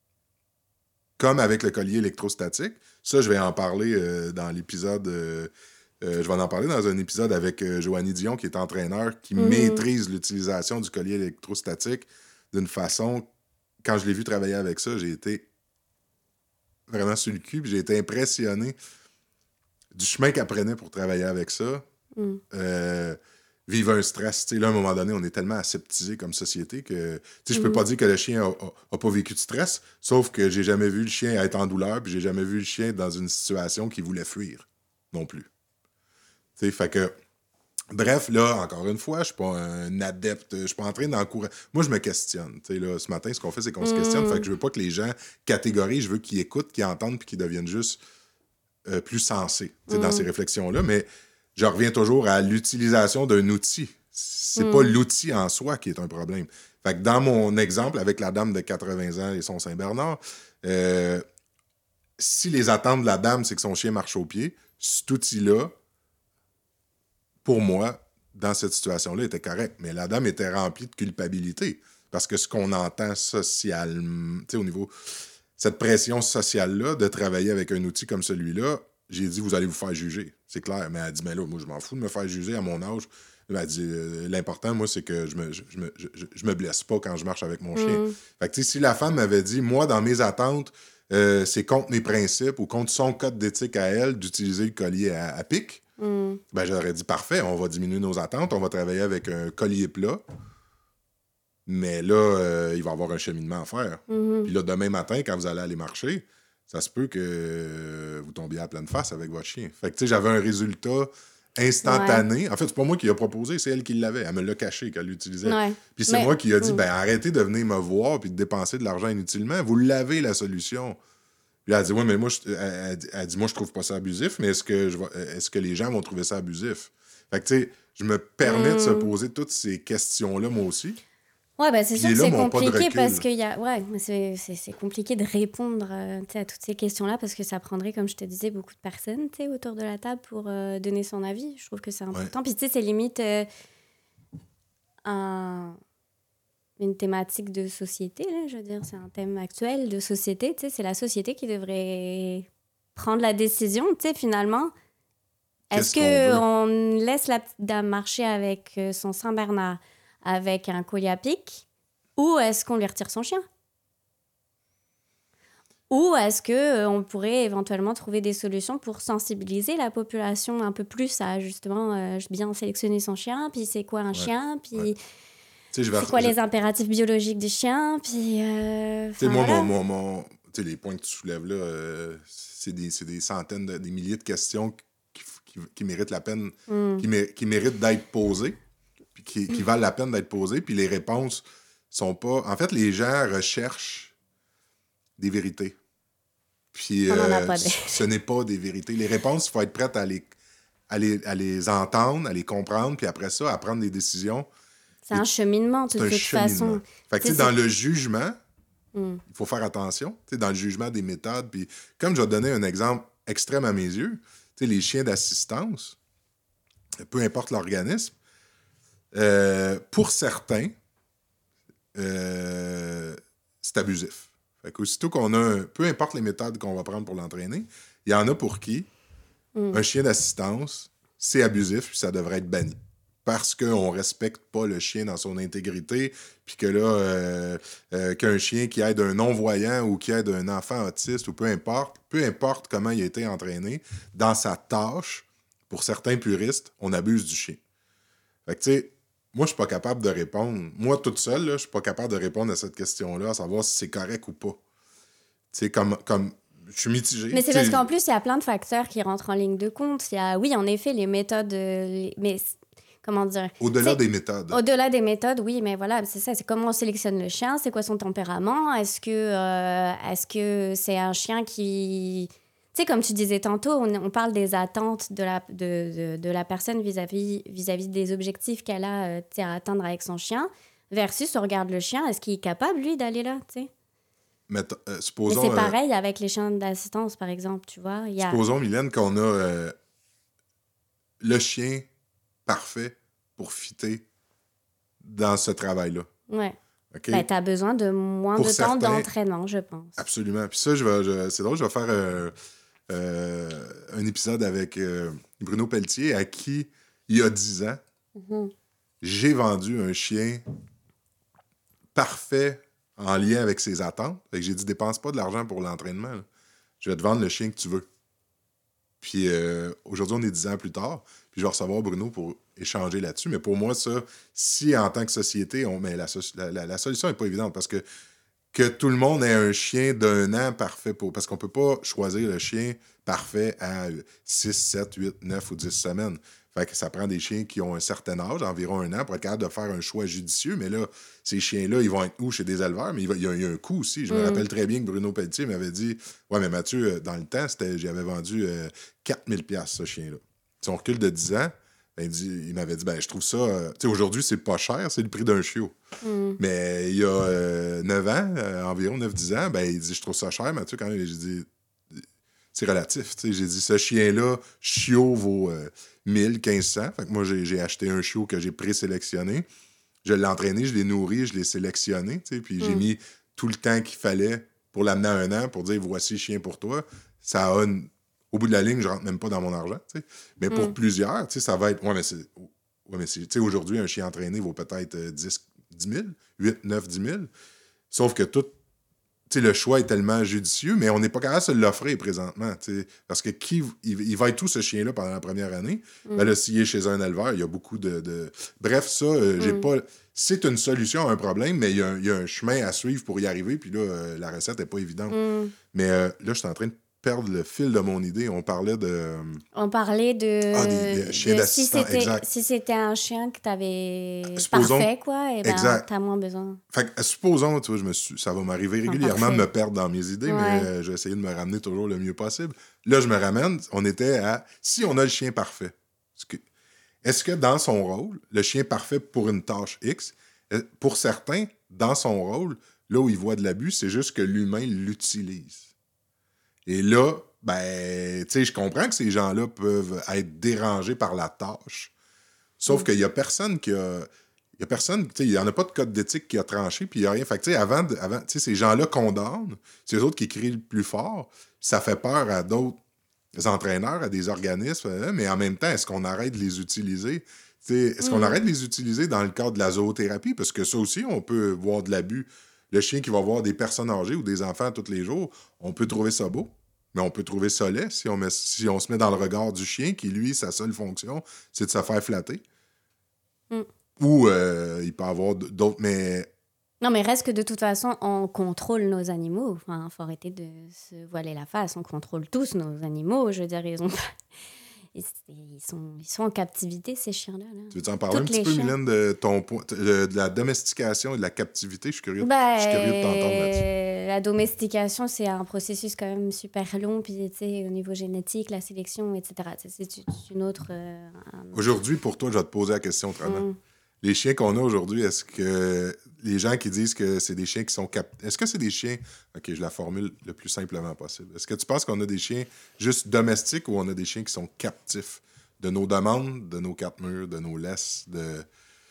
Comme avec le collier électrostatique, ça, je vais en parler dans l'épisode... je vais en parler dans un épisode avec Joanie Dion, qui est entraîneur, qui maîtrise l'utilisation du collier électrostatique d'une façon... Quand je l'ai vu travailler avec ça, j'ai été vraiment sur le cul, puis j'ai été impressionné du chemin qu'elle prenait pour travailler avec ça. vivent un stress. Là, à un moment donné, on est tellement aseptisé comme société que je peux pas dire que le chien a pas vécu de stress, sauf que j'ai jamais vu le chien être en douleur, puis j'ai jamais vu le chien dans une situation qu'il voulait fuir non plus. Fait que, bref, là, encore une fois, je suis pas un adepte, je suis pas en train d'encourager. Moi, je me questionne. Là, ce matin, ce qu'on fait, c'est qu'on se questionne. Fait que je veux pas que les gens catégorisent, je veux qu'ils écoutent, qu'ils entendent, puis qu'ils deviennent juste plus sensés dans ces réflexions-là. Mais je reviens toujours à l'utilisation d'un outil. C'est pas l'outil en soi qui est un problème. Fait que dans mon exemple, avec la dame de 80 ans et son Saint-Bernard, si les attentes de la dame, c'est que son chien marche au pied, cet outil-là, pour moi, dans cette situation-là, était correct. Mais la dame était remplie de culpabilité. Parce que ce qu'on entend socialement, au niveau... Cette pression sociale-là, de travailler avec un outil comme celui-là, j'ai dit, vous allez vous faire juger. C'est clair. Mais elle dit, mais là, moi, je m'en fous de me faire juger à mon âge. Elle dit, l'important, moi, c'est que je me blesse pas quand je marche avec mon chien. Fait que, si la femme m'avait dit, moi, dans mes attentes, c'est contre mes principes ou contre son code d'éthique à elle d'utiliser le collier à pic, ben, j'aurais dit, parfait, on va diminuer nos attentes, on va travailler avec un collier plat. Mais là, il va y avoir un cheminement à faire. Puis là, demain matin, quand vous allez aller marcher, ça se peut que vous tombiez à pleine face avec votre chien. Fait que, tu sais, j'avais un résultat instantané. Ouais. En fait, c'est pas moi qui l'ai proposé, c'est elle qui l'avait. Elle me l'a caché qu'elle l'utilisait. Ouais. Puis c'est moi qui ai dit, ben arrêtez de venir me voir puis de dépenser de l'argent inutilement. Vous l'avez, la solution. Puis elle a dit, oui, mais moi, elle dit, moi, je trouve pas ça abusif, mais est-ce que les gens vont trouver ça abusif? Fait que, tu sais, je me permets de se poser toutes ces questions-là, moi aussi. Ouais, ben c'est sûr que c'est compliqué parce qu'il y a... Ouais, c'est compliqué de répondre à toutes ces questions-là parce que ça prendrait, comme je te disais, beaucoup de personnes autour de la table pour donner son avis. Je trouve que c'est important. Ouais. Puis, tu sais, c'est limite une thématique de société, là, je veux dire. C'est un thème actuel de société. Tu sais, c'est la société qui devrait prendre la décision, tu sais, finalement. Est-ce qu'on laisse la petite dame marcher avec son Saint-Bernard avec un collier à pic, ou est-ce qu'on lui retire son chien? Ou est-ce qu'on pourrait éventuellement trouver des solutions pour sensibiliser la population un peu plus à justement bien sélectionner son chien, puis c'est quoi un chien, puis c'est quoi les impératifs biologiques du chien, puis... moi, les points que tu soulèves là, c'est des centaines, des milliers de questions qui méritent la peine, qui méritent d'être posées. Qui valent la peine d'être posées, puis les réponses sont pas... En fait, les gens recherchent des vérités. Puis ce n'est pas des vérités. Les réponses, il faut être prête à les entendre, à les comprendre, puis après ça, à prendre des décisions. C'est un cheminement, de toute façon. Fait que, dans le jugement, il faut faire attention. Dans le jugement des méthodes, puis comme je vais donner un exemple extrême à mes yeux, les chiens d'assistance, peu importe l'organisme, pour certains, c'est abusif. Fait qu'aussitôt qu'on a peu importe les méthodes qu'on va prendre pour l'entraîner, il y en a pour qui un chien d'assistance, c'est abusif puis ça devrait être banni. Parce qu'on ne respecte pas le chien dans son intégrité, puis que là, qu'un chien qui aide un non-voyant ou qui aide un enfant autiste, ou peu importe comment il a été entraîné, dans sa tâche, pour certains puristes, on abuse du chien. Fait que, tu sais, moi, je suis pas capable de répondre. Moi, toute seule, je suis pas capable de répondre à cette question-là, à savoir si c'est correct ou pas. Tu sais, comme je suis mitigé. Mais c'est parce qu'en plus, il y a plein de facteurs qui rentrent en ligne de compte. Il y a, oui, en effet, les méthodes... mais comment dire? Au-delà des méthodes. Au-delà des méthodes, oui, mais voilà, c'est ça. C'est comment on sélectionne le chien, c'est quoi son tempérament. Est-ce que c'est un chien qui... Tu sais, comme tu disais tantôt, on parle des attentes de la personne vis-à-vis des objectifs qu'elle a à atteindre avec son chien, versus on regarde le chien, est-ce qu'il est capable, lui, d'aller là, tu sais? Mais supposons... Mais c'est pareil avec les chiens d'assistance, par exemple, tu vois. Supposons, Mylène, qu'on a le chien parfait pour fitter dans ce travail-là. Ouais. Okay? Ben, tu as besoin de moins de temps d'entraînement, je pense. Absolument. Puis ça, c'est drôle, je vais faire un épisode avec Bruno Pelletier, à qui, il y a 10 ans, j'ai vendu un chien parfait en lien avec ses attentes. Fait que j'ai dit, dépense pas de l'argent pour l'entraînement. Là. Je vais te vendre le chien que tu veux. Puis aujourd'hui, on est 10 ans plus tard, puis je vais recevoir Bruno pour échanger là-dessus. Mais pour moi, ça, si en tant que société, mais la solution n'est pas évidente parce que tout le monde ait un chien d'1 an parfait parce qu'on peut pas choisir le chien parfait à 6, 7, 8, 9 ou 10 semaines. Fait que ça prend des chiens qui ont un certain âge, environ 1 an, pour être capable de faire un choix judicieux. Mais là, ces chiens-là, ils vont être où chez des éleveurs? Mais il y a un coût aussi. Je me rappelle très bien que Bruno Pelletier m'avait dit « Ouais, mais Mathieu, dans le temps, j'avais vendu 4000 $ ce chien-là. » Si on recule de 10 ans, il m'avait dit « Je trouve ça... tu sais, aujourd'hui, c'est pas cher, c'est le prix d'un chiot. Mais il y a 9 ans, environ 9-10 ans, il dit « Je trouve ça cher, Mathieu, quand même. » J'ai dit « C'est relatif. » J'ai dit « Ce chien-là, chiot vaut 1000, 1500. » Fait que moi, j'ai acheté un chiot que j'ai présélectionné. Je l'ai entraîné, je l'ai nourri, je l'ai sélectionné. Puis j'ai mis tout le temps qu'il fallait pour l'amener à 1 an pour dire « Voici le chien pour toi. » Ça a au bout de la ligne, je rentre même pas dans mon argent. T'sais. Mais pour plusieurs, ça va être... Ouais, mais aujourd'hui, un chien entraîné vaut peut-être 10 000, 8, 9, 10 000. Sauf que tout... le choix est tellement judicieux, mais on n'est pas capable de se l'offrir présentement. Parce que il va être tout ce chien-là pendant la première année. Là, s'il est chez un éleveur, il y a beaucoup de... Bref, ça, j'ai pas... C'est une solution à un problème, mais il y a un chemin à suivre pour y arriver. Puis là, la recette n'est pas évidente. Mais là, je suis en train de perdre le fil de mon idée. On parlait de... des chiens d'assistant, exact. Si c'était un chien que tu avais parfait, quoi, et t'as moins besoin. Fait que, supposons, tu vois, ça va m'arriver régulièrement de me perdre dans mes idées, mais j'ai essayé de me ramener toujours le mieux possible. Là, je me ramène, on était à... Si on a le chien parfait, est-ce que dans son rôle, le chien parfait pour une tâche X, pour certains, dans son rôle, là où il voit de l'abus, c'est juste que l'humain l'utilise. Et là, tu sais, je comprends que ces gens-là peuvent être dérangés par la tâche. Sauf qu'il y a personne qui a... Il y a personne, tu sais, il n'y en a pas de code d'éthique qui a tranché, puis il n'y a rien. Fait que, tu sais, avant, tu sais, ces gens-là condamnent, c'est eux autres qui crient le plus fort, ça fait peur à d'autres entraîneurs, à des organismes, mais en même temps, est-ce qu'on arrête de les utiliser? Est-ce qu'on arrête de les utiliser dans le cadre de la zoothérapie? Parce que ça aussi, on peut voir de l'abus. Le chien qui va voir des personnes âgées ou des enfants tous les jours, on peut trouver ça beau, mais on peut trouver ça laid si on se met dans le regard du chien qui, lui, sa seule fonction, c'est de se faire flatter. Ou il peut avoir d'autres, mais... Non, mais reste que de toute façon, on contrôle nos animaux. Enfin, faut arrêter de se voiler la face. On contrôle tous nos animaux. Je veux dire, ils sont en captivité, ces chiens-là. Là. Tu veux en parler un petit peu, Mylène, de ton point, de la domestication et de la captivité? Je suis curieux, de t'entendre là-dessus. La domestication, c'est un processus quand même super long. Puis, tu sais, au niveau génétique, la sélection, etc. C'est une autre... Aujourd'hui, pour toi, je vais te poser la question autrement. Les chiens qu'on a aujourd'hui, est-ce que les gens qui disent que c'est des chiens qui sont est-ce que c'est des chiens... OK, je la formule le plus simplement possible. Est-ce que tu penses qu'on a des chiens juste domestiques ou on a des chiens qui sont captifs de nos demandes, de nos quatre murs, de nos laisses, de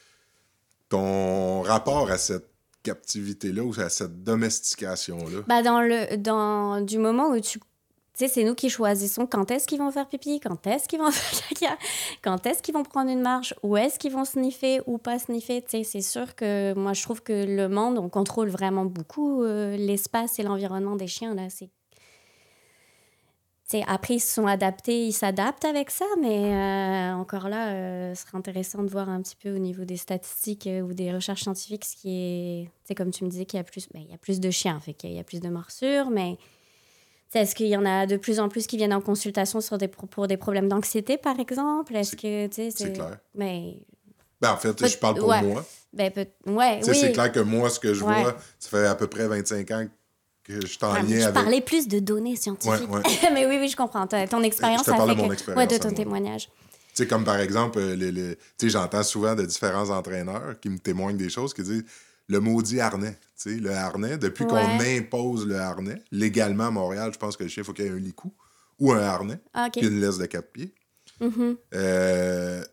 ton rapport à cette captivité-là ou à cette domestication-là? Du moment où tu sais, c'est nous qui choisissons quand est-ce qu'ils vont faire pipi, quand est-ce qu'ils vont faire caca, quand est-ce qu'ils vont prendre une marche, où est-ce qu'ils vont sniffer ou pas sniffer. Tu sais, c'est sûr que moi, je trouve que le monde, on contrôle vraiment beaucoup l'espace et l'environnement des chiens. Là. Après, ils se sont adaptés, ils s'adaptent avec ça, mais encore là, ce serait intéressant de voir un petit peu au niveau des statistiques ou des recherches scientifiques ce qui est... Tu sais, comme tu me disais qu'il y a plus, il y a plus de chiens, fait qu'il y a plus de morsures, mais... Est-ce qu'il y en a de plus en plus qui viennent en consultation pour des problèmes d'anxiété, par exemple? Est-ce que, tu sais, c'est clair. Mais... En fait, je parle pour moi. C'est clair que moi, ce que je vois, ça fait à peu près 25 ans que je suis en lien avec... Je parlais plus de données scientifiques. Mais oui, je comprends. Ton expérience, ça fait que... de ton témoignage. Tu sais, comme par exemple, tu sais, j'entends souvent de différents entraîneurs qui me témoignent des choses qui disent... Le maudit harnais. Tu sais, le harnais, depuis qu'on impose le harnais, légalement à Montréal, je pense que le chien, il faut qu'il y ait un licou ou un harnais, puis une laisse de 4 pieds. Là,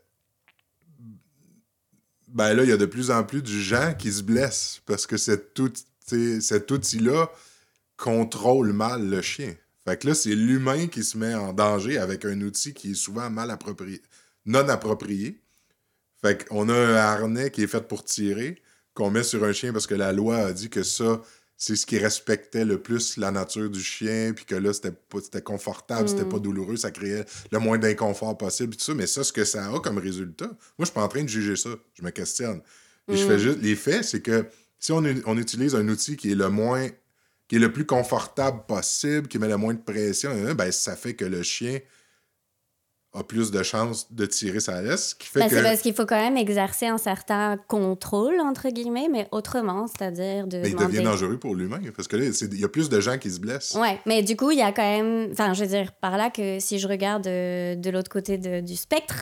il y a de plus en plus de gens qui se blessent parce que cet outil-là contrôle mal le chien. Fait que là, c'est l'humain qui se met en danger avec un outil qui est souvent non approprié. Fait qu'on a un harnais qui est fait pour tirer, qu'on met sur un chien parce que la loi a dit que ça, c'est ce qui respectait le plus la nature du chien, puis que là, c'était confortable, c'était pas douloureux, ça créait le moins d'inconfort possible, tout ça. Mais ça, ce que ça a comme résultat, moi, je suis pas en train de juger ça. Je me questionne. Puis je fais juste... Les faits, c'est que si on utilise un outil qui est le plus confortable possible, qui met le moins de pression, ben ça fait que le chien a plus de chances de tirer sa laisse, qui fait que... C'est parce qu'il faut quand même exercer un certain contrôle, entre guillemets, mais autrement, c'est-à-dire de... Mais il devient dangereux pour l'humain, parce que là, il y a plus de gens qui se blessent. Ouais, mais du coup, il y a quand même... Enfin, je veux dire par là que si je regarde de l'autre côté du spectre,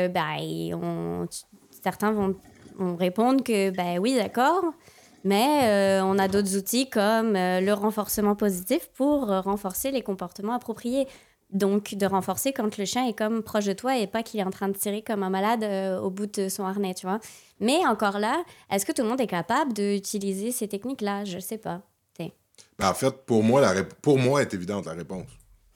certains vont répondre que, oui, d'accord, mais on a d'autres outils comme le renforcement positif pour renforcer les comportements appropriés. Donc, de renforcer quand le chien est comme proche de toi et pas qu'il est en train de tirer comme un malade au bout de son harnais, tu vois. Mais encore là, est-ce que tout le monde est capable d'utiliser ces techniques-là? Je sais pas. En fait, pour moi, est évidente la réponse.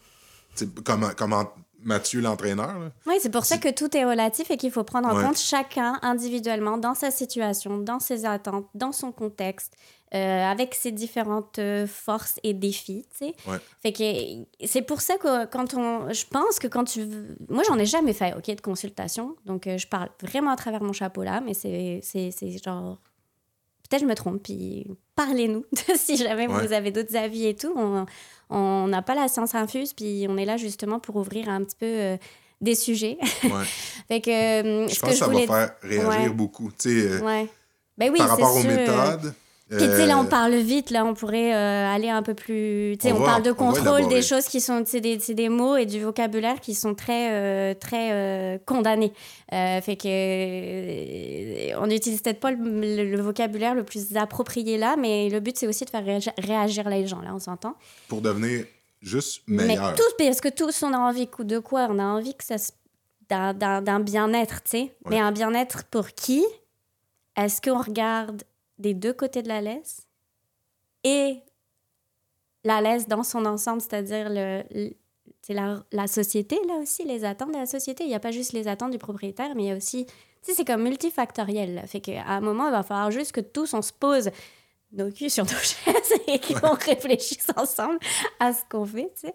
Comment Mathieu, l'entraîneur. Oui, c'est pour ça que tout est relatif et qu'il faut prendre en compte chacun individuellement dans sa situation, dans ses attentes, dans son contexte, avec ses différentes forces et défis, tu sais. Ouais. Fait que c'est pour ça que je pense que quand tu... Moi, j'en ai jamais fait, OK, de consultation. Donc, je parle vraiment à travers mon chapeau là, mais c'est genre... Peut-être je me trompe, puis parlez-nous si jamais vous avez d'autres avis et tout. On n'a pas la science infuse, puis on est là justement pour ouvrir un petit peu des sujets. Ouais. Fait que, je pense que ça va faire réagir beaucoup. Ben oui, par rapport aux sûr. méthodes. Puis, tu sais, là, on parle vite, là, on pourrait aller un peu plus... Tu sais, on parle de contrôle, des choses qui sont... C'est des mots et du vocabulaire qui sont très condamnés. Fait que... on n'utilise peut-être pas le vocabulaire le plus approprié là, mais le but, c'est aussi de faire réagir les gens, là, on s'entend. Pour devenir juste meilleur. Mais parce que tous, on a envie de quoi? On a envie que ça d'un bien-être, tu sais. Ouais. Mais un bien-être pour qui? Est-ce qu'on regarde des deux côtés de la laisse et la laisse dans son ensemble, c'est-à-dire c'est la société, là aussi, les attentes de la société. Il n'y a pas juste les attentes du propriétaire, mais il y a aussi... Tu sais, c'est comme multifactoriel. Là. Fait qu'à un moment, il va falloir juste que tous, on se pose nos culs sur nos chaises et qu'on réfléchisse ensemble à ce qu'on fait, tu sais.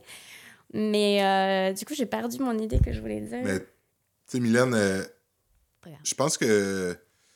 Mais du coup, j'ai perdu mon idée que je voulais dire. Mais, tu sais, Mylène, je pense que...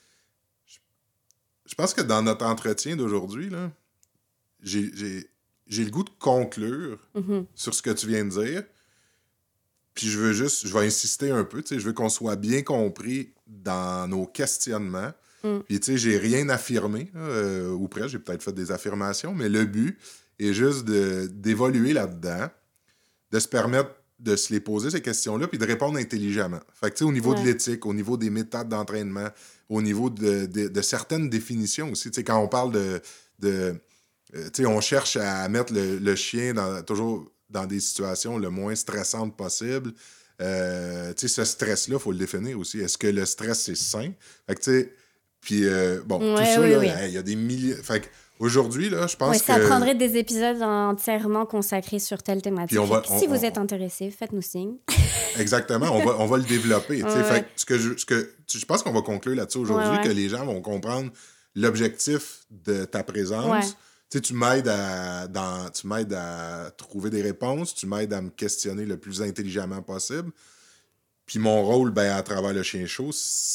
Je pense que dans notre entretien d'aujourd'hui, là, j'ai le goût de conclure sur ce que tu viens de dire. Puis je vais insister un peu, tu sais, je veux qu'on soit bien compris dans nos questionnements. Puis, tu sais, j'ai rien affirmé, ou presque, j'ai peut-être fait des affirmations, mais le but est juste d'évoluer là-dedans, de se permettre de se les poser, ces questions-là, puis de répondre intelligemment. Fait que, tu sais, au niveau de l'éthique, au niveau des méthodes d'entraînement, au niveau de certaines définitions aussi. Tu sais, quand on parle tu sais, on cherche à mettre le chien toujours dans des situations le moins stressantes possible. Tu sais, ce stress-là, il faut le définir aussi. Est-ce que le stress, c'est sain? Fait que, tu sais, puis, tout ça, il y a des milliers... Fait que, aujourd'hui, là, je pense que... ça prendrait des épisodes entièrement consacrés sur telle thématique. Si vous êtes intéressé, faites-nous signe. Exactement, on va le développer. Fait que je pense qu'on va conclure là-dessus aujourd'hui, que les gens vont comprendre l'objectif de ta présence. Tu m'aides à trouver des réponses, tu m'aides à me questionner le plus intelligemment possible. Puis mon rôle, à travers le chien chaud,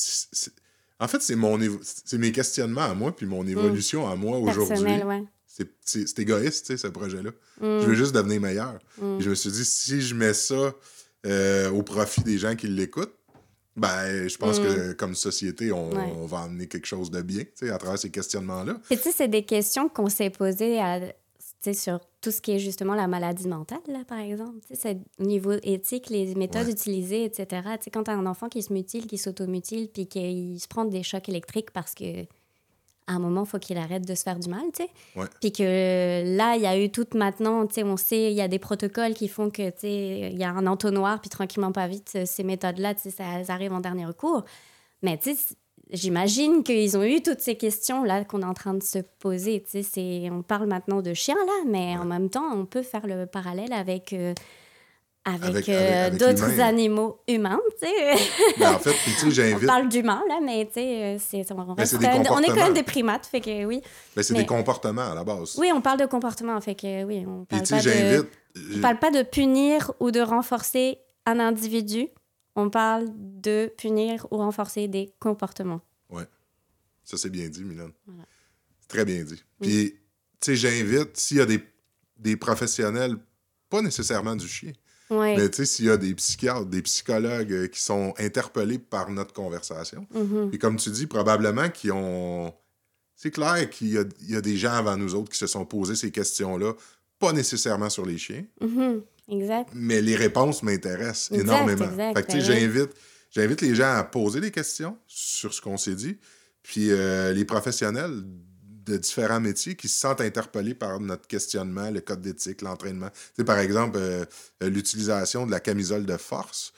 en fait, c'est mes questionnements à moi, puis mon évolution à moi aujourd'hui. C'est égoïste, tu sais, ce projet-là. Je veux juste devenir meilleur. Et je me suis dit, si je mets ça au profit des gens qui l'écoutent, je pense que comme société, on va amener quelque chose de bien, tu sais, à travers ces questionnements-là. Et tu sais, c'est des questions qu'on s'est posées sur tout ce qui est justement la maladie mentale, là, par exemple. Tu sais, c'est au niveau éthique, les méthodes utilisées, etc. Tu sais, quand t'as un enfant qui se mutile, qui s'automutile, puis qu'il se prend des chocs électriques parce que à un moment, il faut qu'il arrête de se faire du mal, tu sais. Puis que là, il y a eu tout maintenant, tu sais, on sait, il y a des protocoles qui font que, tu sais, il y a un entonnoir, puis tranquillement, pas vite, ces méthodes-là, tu sais, ça arrive en dernier recours. Mais, tu sais, j'imagine qu'ils ont eu toutes ces questions-là qu'on est en train de se poser, tu sais. On parle maintenant de chiens, là, mais en même temps, on peut faire le parallèle avec avec avec d'autres l'humain. Animaux humains, tu sais. Ben, en fait, puis tu sais, On j'invite... parle d'humains, là, mais tu sais, on Ben, c'est reste des on est quand comportements. même des primates, fait que oui. Ben, c'est Mais des comportements, à la base. oui, on parle de comportement, fait que oui, on Puis parle tu sais, pas j'invite... on parle pas de punir ou de renforcer un individu, on parle de punir ou renforcer des comportements. Ouais. Ça, c'est bien dit, Mylène. Voilà. C'est très bien dit. Puis, tu sais, j'invite, s'il y a des professionnels, pas nécessairement du chien, Ouais. mais tu sais, s'il y a des psychiatres, des psychologues qui sont interpellés par notre conversation, puis comme tu dis, probablement qu'ils ont... C'est clair qu'il y a des gens avant nous autres qui se sont posés ces questions-là, pas nécessairement sur les chiens, Exact. mais les réponses m'intéressent Exact, énormément. exact, Fait que, tu sais, ouais. j'invite les gens à poser des questions sur ce qu'on s'est dit, puis les professionnels de différents métiers qui se sentent interpellés par notre questionnement, le code d'éthique, l'entraînement. Tu sais, par exemple, l'utilisation de la camisole de force,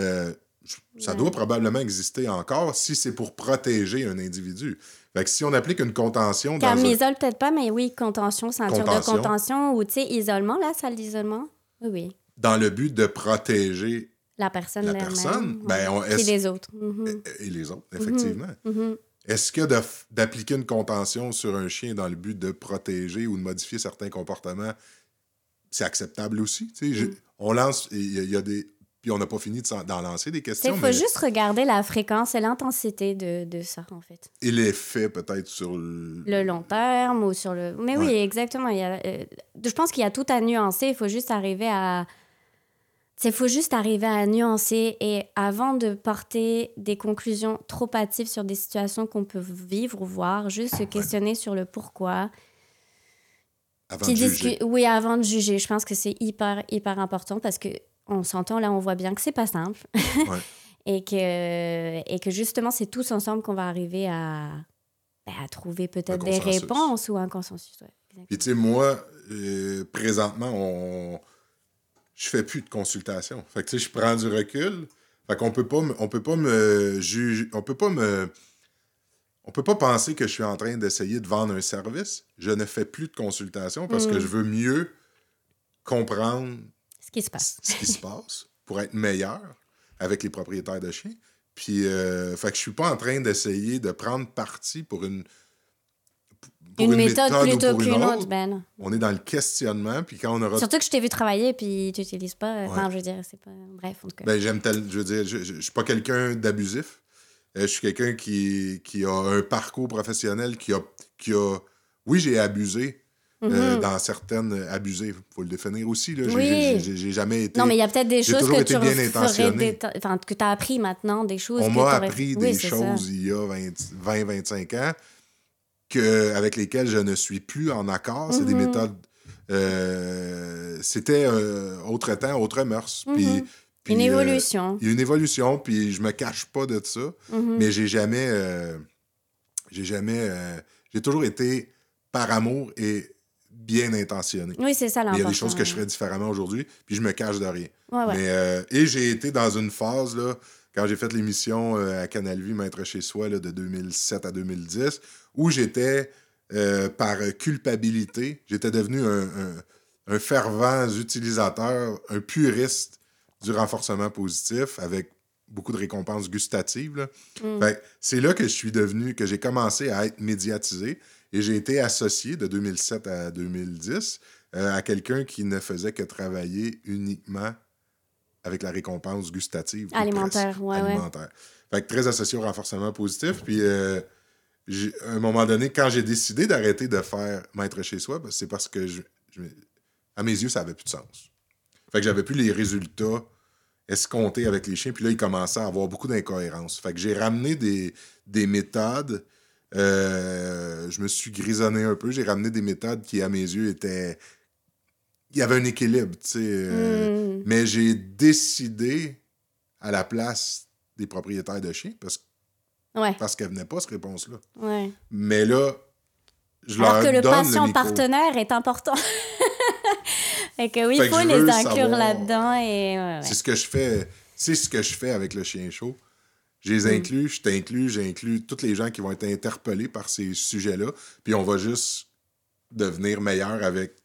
ça doit probablement exister encore si c'est pour protéger un individu. Fait que si on applique une contention dans Camisole, peut-être pas, mais oui, contention, ceinture de Contention. contention ou, tu sais, isolement, la salle d'isolement. Oui, oui. dans le but de protéger La personne la elle-même, personne, ouais. ben, Puis les autres. et les autres, effectivement. Est-ce que d'appliquer une contention sur un chien dans le but de protéger ou de modifier certains comportements, c'est acceptable aussi? On lance, il y a des... Puis on n'a pas fini d'en lancer des questions, Il faut juste regarder la fréquence et l'intensité de ça, en fait. et l'effet peut-être sur Le long terme ou sur le... Mais oui, exactement. Je pense qu'il y a tout à nuancer. Il faut juste arriver à... Il faut juste arriver à nuancer et avant de porter des conclusions trop hâtives sur des situations qu'on peut vivre ou voir, juste se questionner sur le pourquoi. avant de juger. Oui, avant de juger. Je pense que c'est hyper, hyper important parce que on s'entend, là, on voit bien que c'est pas simple. Ouais. et que justement, c'est tous ensemble qu'on va arriver à trouver peut-être des réponses ou un consensus. Ouais, puis tu sais, moi, présentement, je fais plus de consultation. Fait que tu sais, je prends du recul. Fait qu'on peut pas me juger, on peut pas penser que je suis en train d'essayer de vendre un service. Je ne fais plus de consultation parce que je veux mieux comprendre ce qui se passe. Ce qui se passe pour être meilleur avec les propriétaires de chiens. Puis, fait que je suis pas en train d'essayer de prendre parti pour une méthode plutôt ou pour qu'une autre, Ben. On est dans le questionnement, puis quand on aura... Surtout que je t'ai vu travailler, puis tu n'utilises pas... Enfin, je veux dire, c'est pas... Bref, en tout cas. Ben, je veux dire, je suis pas quelqu'un d'abusif. Je suis quelqu'un qui a un parcours professionnel qui a... Oui, j'ai abusé. Dans certaines abusées, il faut le définir aussi. Là. Oui. J'ai jamais été... Non, mais il y a peut-être des choses que tu bien intentionné. Enfin, que tu as appris maintenant, des choses On que m'a appris des choses il y a 20-25 ans avec lesquelles je ne suis plus en accord. C'est des méthodes... c'était autre temps, autre mœurs. Puis, une évolution. Il y a une évolution, puis je me cache pas de ça. Mais j'ai jamais... j'ai toujours été par amour et bien intentionné. Oui, c'est ça l'important. Il y a des choses que je ferais différemment aujourd'hui, puis je me cache de rien. Ouais. Mais, et j'ai été dans une phase, là, quand j'ai fait l'émission à Canal Vie, Maître chez soi, là, de 2007 à 2010, où j'étais, par culpabilité, j'étais devenu un fervent utilisateur, un puriste du renforcement positif, avec beaucoup de récompenses gustatives. Là. Fait, c'est là que j'ai commencé à être médiatisé. Et j'ai été associé de 2007 à 2010 à quelqu'un qui ne faisait que travailler uniquement avec la récompense gustative. Alimentaire, alimentaire. Fait que très associé au renforcement positif. Puis, à un moment donné, quand j'ai décidé d'arrêter de faire Maître chez soi, c'est parce que, à mes yeux, ça n'avait plus de sens. Fait que j'avais plus les résultats escomptés avec les chiens. Puis là, il commençait à avoir beaucoup d'incohérences. Fait que j'ai ramené des méthodes... je me suis grisonné un peu. J'ai ramené des méthodes qui, à mes yeux, étaient... Il y avait un équilibre, tu sais. Mais j'ai décidé, à la place des propriétaires de chiens, parce qu'elle venait pas, cette réponse-là. Ouais. Mais là, je Alors leur que le donne patient le micro. Partenaire est important. Fait que oui, il faut les inclure là-dedans. Et... C'est ce que je fais. C'est ce que je fais avec le chien chaud. Je les inclus, je t'inclus, j'inclus tous les gens qui vont être interpellés par ces sujets-là. Puis on va juste devenir meilleur avec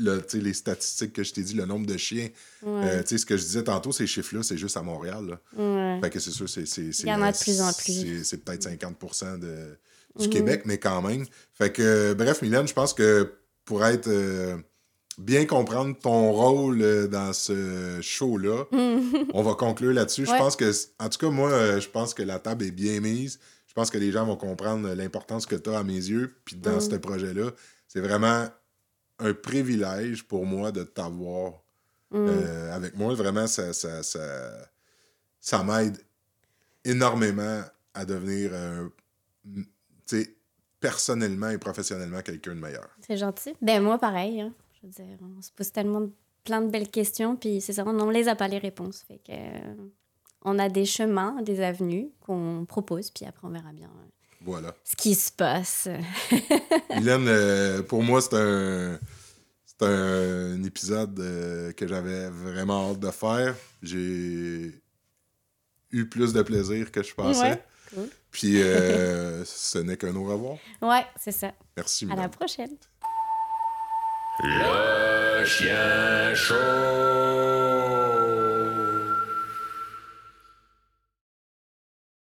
les statistiques que je t'ai dit, le nombre de chiens. Ce que je disais tantôt, ces chiffres-là, c'est juste à Montréal. Là. Fait que c'est sûr, il y en a de plus en plus. C'est peut-être 50% du Québec, mais quand même. Fait que, bref, Mylène, je pense que pour être... bien comprendre ton rôle dans ce show-là, on va conclure là-dessus. Je pense que, en tout cas, moi, je pense que la table est bien mise. Je pense que les gens vont comprendre l'importance que tu as à mes yeux. Puis dans ce projet-là, c'est vraiment un privilège pour moi de t'avoir avec moi. Vraiment, ça m'aide énormément à devenir, personnellement et professionnellement, quelqu'un de meilleur. C'est gentil. Ben moi, pareil. Hein. Je veux dire, on se pose tellement plein de belles questions, puis c'est ça, on ne les a pas les réponses. Fait que, on a des chemins, des avenues qu'on propose, puis après, on verra bien voilà. Ce qui se passe. Mylène, pour moi, c'est un épisode que j'avais vraiment hâte de faire. J'ai eu plus de plaisir que je pensais. Ouais, cool. Puis, ce n'est qu'un au revoir. Ouais, c'est ça. Merci, Mylène. À la prochaine. Le chien chaud.